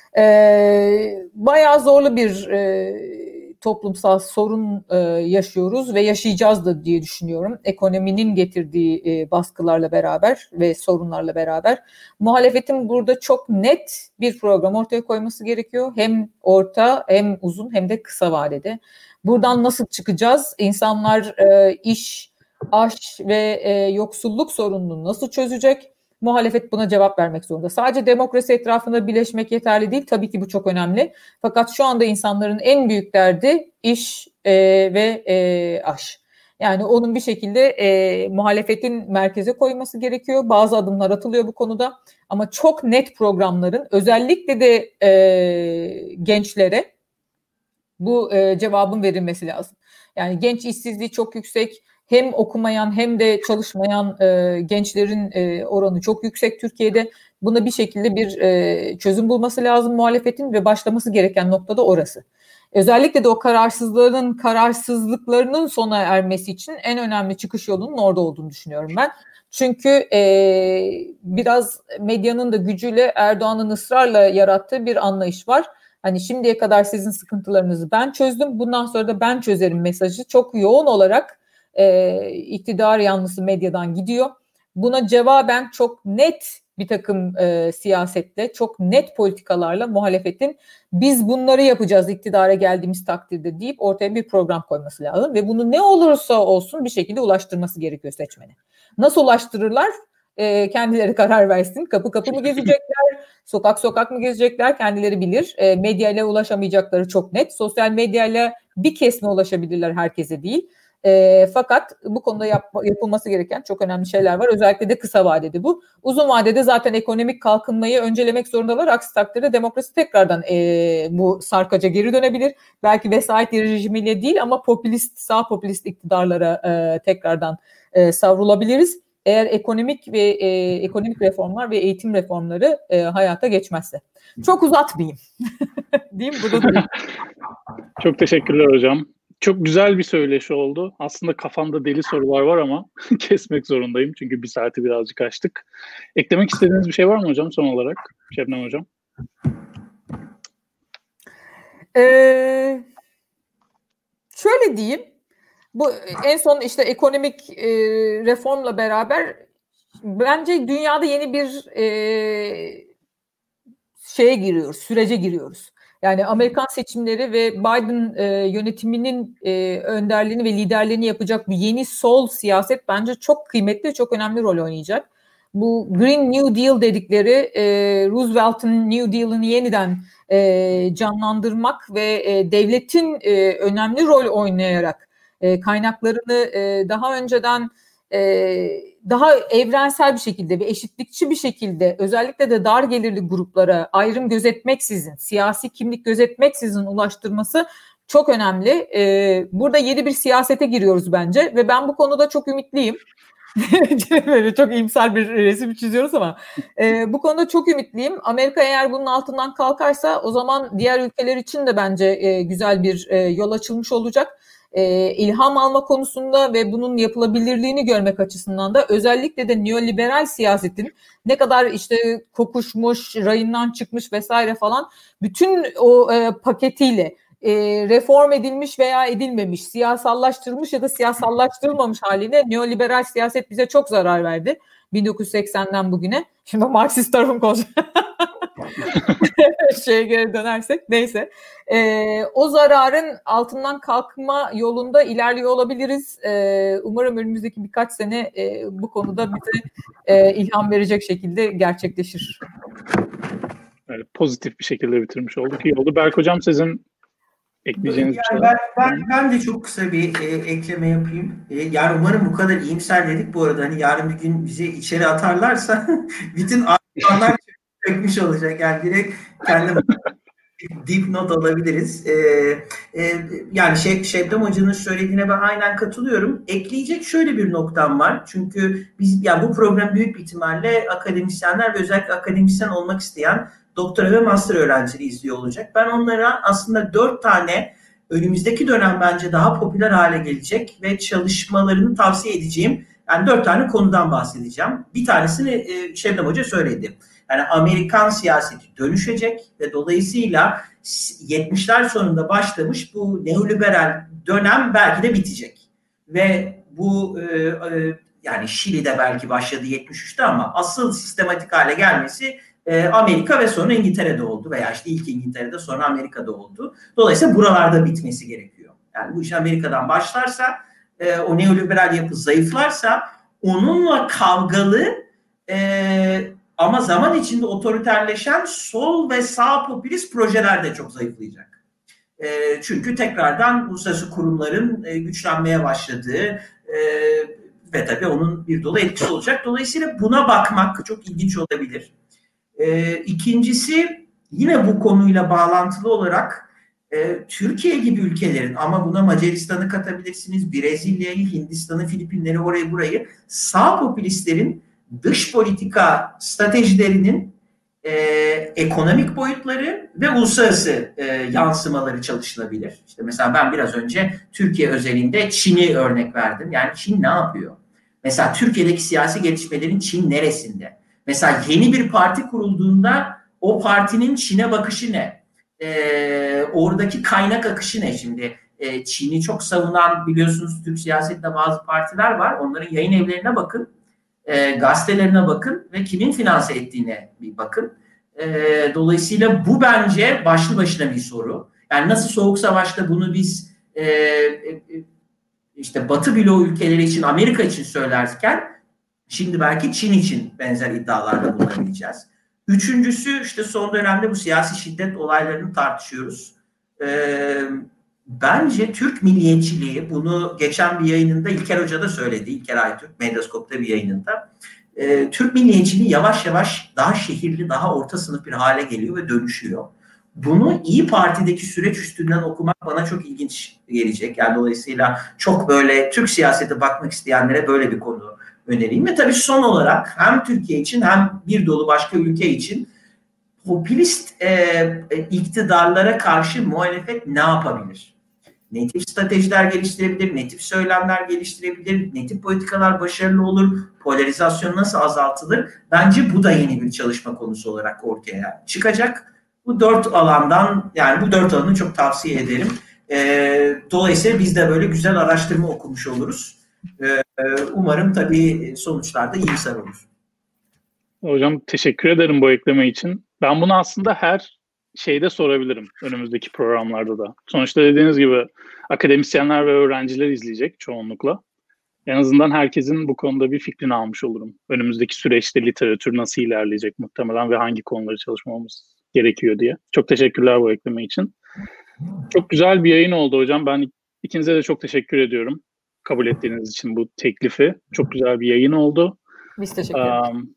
E, bayağı zorlu bir e, toplumsal sorun e, yaşıyoruz ve yaşayacağız da diye düşünüyorum. Ekonominin getirdiği e, baskılarla beraber ve sorunlarla beraber muhalefetin burada çok net bir program ortaya koyması gerekiyor. Hem orta hem uzun hem de kısa vadede. Buradan nasıl çıkacağız? İnsanlar e, iş, aş ve e, yoksulluk sorununu nasıl çözecek? Muhalefet buna cevap vermek zorunda. Sadece demokrasi etrafında birleşmek yeterli değil. Tabii ki bu çok önemli. Fakat şu anda insanların en büyük derdi iş e, ve e, aş. Yani onun bir şekilde e, muhalefetin merkeze koyması gerekiyor. Bazı adımlar atılıyor bu konuda. Ama çok net programların özellikle de e, gençlere bu e, cevabın verilmesi lazım. Yani genç işsizliği çok yüksek. Hem okumayan hem de çalışmayan e, gençlerin e, oranı çok yüksek Türkiye'de. Buna bir şekilde bir e, çözüm bulması lazım muhalefetin ve başlaması gereken noktada orası. Özellikle de o kararsızlığının, kararsızlıklarının sona ermesi için en önemli çıkış yolunun orada olduğunu düşünüyorum ben. Çünkü e, biraz medyanın da gücüyle Erdoğan'ın ısrarla yarattığı bir anlayış var. Hani şimdiye kadar sizin sıkıntılarınızı ben çözdüm, bundan sonra da ben çözerim mesajı çok yoğun olarak e, iktidar yanlısı medyadan gidiyor. Buna cevaben çok net bir takım e, siyasetle, çok net politikalarla muhalefetin biz bunları yapacağız iktidara geldiğimiz takdirde deyip ortaya bir program koyması lazım. Ve bunu ne olursa olsun bir şekilde ulaştırması gerekiyor seçmene. Nasıl ulaştırırlar? E, kendileri karar versin. Kapı kapı mı gezecekler? Sokak sokak mı gezecekler? Kendileri bilir. E, medyayla ulaşamayacakları çok net. Sosyal medyayla bir kesme ulaşabilirler, herkese değil. E, fakat bu konuda yap, yapılması gereken çok önemli şeyler var. Özellikle de kısa vadede bu. Uzun vadede zaten ekonomik kalkınmayı öncelemek zorundalar. Aksi takdirde demokrasi tekrardan e, bu sarkaca geri dönebilir. Belki vesayet rejimiyle değil ama popülist, sağ popülist iktidarlara e, tekrardan e, savrulabiliriz. Eğer ekonomik ve e, ekonomik reformlar ve eğitim reformları e, hayata geçmezse. Çok uzatmayayım. Diyeyim burada diyeyim. Çok teşekkürler hocam. Çok güzel bir söyleşi oldu. Aslında kafamda deli sorular var ama kesmek zorundayım. Çünkü bir saati birazcık açtık. Eklemek istediğiniz bir şey var mı hocam son olarak? Şebnem hocam. Ee, şöyle diyeyim. Bu en son işte ekonomik e, reformla beraber bence dünyada yeni bir e, şeye giriyoruz, sürece giriyoruz. Yani Amerikan seçimleri ve Biden e, yönetiminin e, önderliğini ve liderliğini yapacak bir yeni sol siyaset bence çok kıymetli, çok önemli rol oynayacak. Bu Green New Deal dedikleri e, Roosevelt'ın New Deal'ını yeniden e, canlandırmak ve e, devletin e, önemli rol oynayarak e, kaynaklarını e, daha önceden e, daha evrensel bir şekilde ve eşitlikçi bir şekilde özellikle de dar gelirli gruplara ayrım gözetmeksizin, siyasi kimlik gözetmeksizin ulaştırması çok önemli. Ee, burada yeni bir siyasete giriyoruz bence ve ben bu konuda çok ümitliyim. Böyle çok iyimser bir resim çiziyoruz ama e, bu konuda çok ümitliyim. Amerika eğer bunun altından kalkarsa o zaman diğer ülkeler için de bence e, güzel bir e, yol açılmış olacak. E, ilham alma konusunda ve bunun yapılabilirliğini görmek açısından da özellikle de neoliberal siyasetin ne kadar işte kokuşmuş, rayından çıkmış vesaire falan bütün o e, paketiyle e, reform edilmiş veya edilmemiş, siyasallaştırılmış ya da siyasallaştırılmamış haliyle neoliberal siyaset bize çok zarar verdi. bin dokuz yüz seksenden bugüne. Şimdi Marksist tarafım konuşuyor. Şeye geri dönersek neyse. Ee, o zararın altından kalkma yolunda ilerliyor olabiliriz. Ee, umarım önümüzdeki birkaç sene e, bu konuda bize e, ilham verecek şekilde gerçekleşir. Evet, pozitif bir şekilde bitirmiş olduk. İyi oldu. Berk hocam sizin ekleyeceğiniz yani bir şey ben, var. ben, ben de çok kısa bir e, ekleme yapayım. E, yani umarım bu kadar iyimser dedik. Bu arada hani yarın bir gün bizi içeri atarlarsa bütün argümanlar çökmüş olacak. Yani direkt kendim dipnot alabiliriz. Ee, e, yani Şeb, Şebnem Hoca'nın söylediğine ben aynen katılıyorum. Ekleyecek şöyle bir noktam var. Çünkü biz yani bu program büyük bir ihtimalle akademisyenler ve özellikle akademisyen olmak isteyen doktora ve master öğrencileri izliyor olacak. Ben onlara aslında dört tane önümüzdeki dönem bence daha popüler hale gelecek ve çalışmalarını tavsiye edeceğim. Yani dört tane konudan bahsedeceğim. Bir tanesini e, Şebnem Hoca söyledi. Yani Amerikan siyaseti dönüşecek ve dolayısıyla yetmişler sonunda başlamış bu neoliberal dönem belki de bitecek. Ve bu e, e, yani Şili'de belki başladı yetmiş üçte ama asıl sistematik hale gelmesi e, Amerika ve sonra İngiltere'de oldu veya işte ilk İngiltere'de sonra Amerika'da oldu. Dolayısıyla buralarda bitmesi gerekiyor. Yani bu iş Amerika'dan başlarsa e, o neoliberal yapı zayıflarsa onunla kavgalı e, ama zaman içinde otoriterleşen sol ve sağ popülist projeler de çok zayıflayacak. E, çünkü tekrardan uluslararası kurumların e, güçlenmeye başladığı e, ve tabii onun bir dolu etkisi olacak. Dolayısıyla buna bakmak çok ilginç olabilir. E, ikincisi yine bu konuyla bağlantılı olarak e, Türkiye gibi ülkelerin ama buna Macaristan'ı katabilirsiniz, Brezilya'yı, Hindistan'ı, Filipinleri, orayı burayı sağ popülistlerin dış politika stratejilerinin e, ekonomik boyutları ve uluslararası e, yansımaları çalışılabilir. İşte mesela ben biraz önce Türkiye özelinde Çin'i örnek verdim. Yani Çin ne yapıyor? Mesela Türkiye'deki siyasi gelişmelerin Çin neresinde? Mesela yeni bir parti kurulduğunda o partinin Çin'e bakışı ne? E, oradaki kaynak akışı ne şimdi? E, Çin'i çok savunan biliyorsunuz Türk siyasetinde bazı partiler var. Onların yayın evlerine bakın. E, gazetelerine bakın ve kimin finanse ettiğine bir bakın. E, dolayısıyla bu bence başlı başına bir soru. Yani nasıl Soğuk Savaş'ta bunu biz e, e, işte Batı bloğu ülkeleri için, Amerika için söylerken şimdi belki Çin için benzer iddialarda bulunabileceğiz. Üçüncüsü işte son dönemde bu siyasi şiddet olaylarını tartışıyoruz. Ee, bence Türk milliyetçiliği, bunu geçen bir yayınında İlker Hoca da söyledi. İlker Aytürk, Medyaskop'ta bir yayınında. Ee, Türk milliyetçiliği yavaş yavaş daha şehirli, daha orta sınıf bir hale geliyor ve dönüşüyor. Bunu İyi Parti'deki süreç üstünden okumak bana çok ilginç gelecek. Yani dolayısıyla çok böyle Türk siyasete bakmak isteyenlere böyle bir konu önereyim. Ve tabii son olarak hem Türkiye için hem bir dolu başka ülke için popülist e, iktidarlara karşı muhalefet ne yapabilir? Ne tip stratejiler geliştirebilir? Ne tip söylemler geliştirebilir? Ne tip politikalar başarılı olur? Polarizasyon nasıl azaltılır? Bence bu da yeni bir çalışma konusu olarak ortaya çıkacak. Bu dört alandan, yani bu dört alanı çok tavsiye ederim. E, dolayısıyla biz de böyle güzel araştırma okumuş oluruz. E, umarım tabii sonuçlar da iyimser olur. Hocam teşekkür ederim bu ekleme için. Ben bunu aslında her şeyde sorabilirim önümüzdeki programlarda da. Sonuçta dediğiniz gibi akademisyenler ve öğrenciler izleyecek çoğunlukla. En azından herkesin bu konuda bir fikrini almış olurum. Önümüzdeki süreçte literatür nasıl ilerleyecek muhtemelen ve hangi konuları çalışmamız gerekiyor diye. Çok teşekkürler bu ekleme için. Çok güzel bir yayın oldu hocam. Ben ikinize de çok teşekkür ediyorum kabul ettiğiniz için bu teklifi. Çok güzel bir yayın oldu. Biz teşekkür ederiz. Um,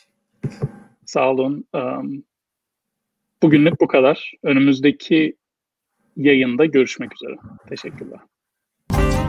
sağ olun. Um, bugünlük bu kadar. Önümüzdeki yayında görüşmek üzere. Teşekkürler.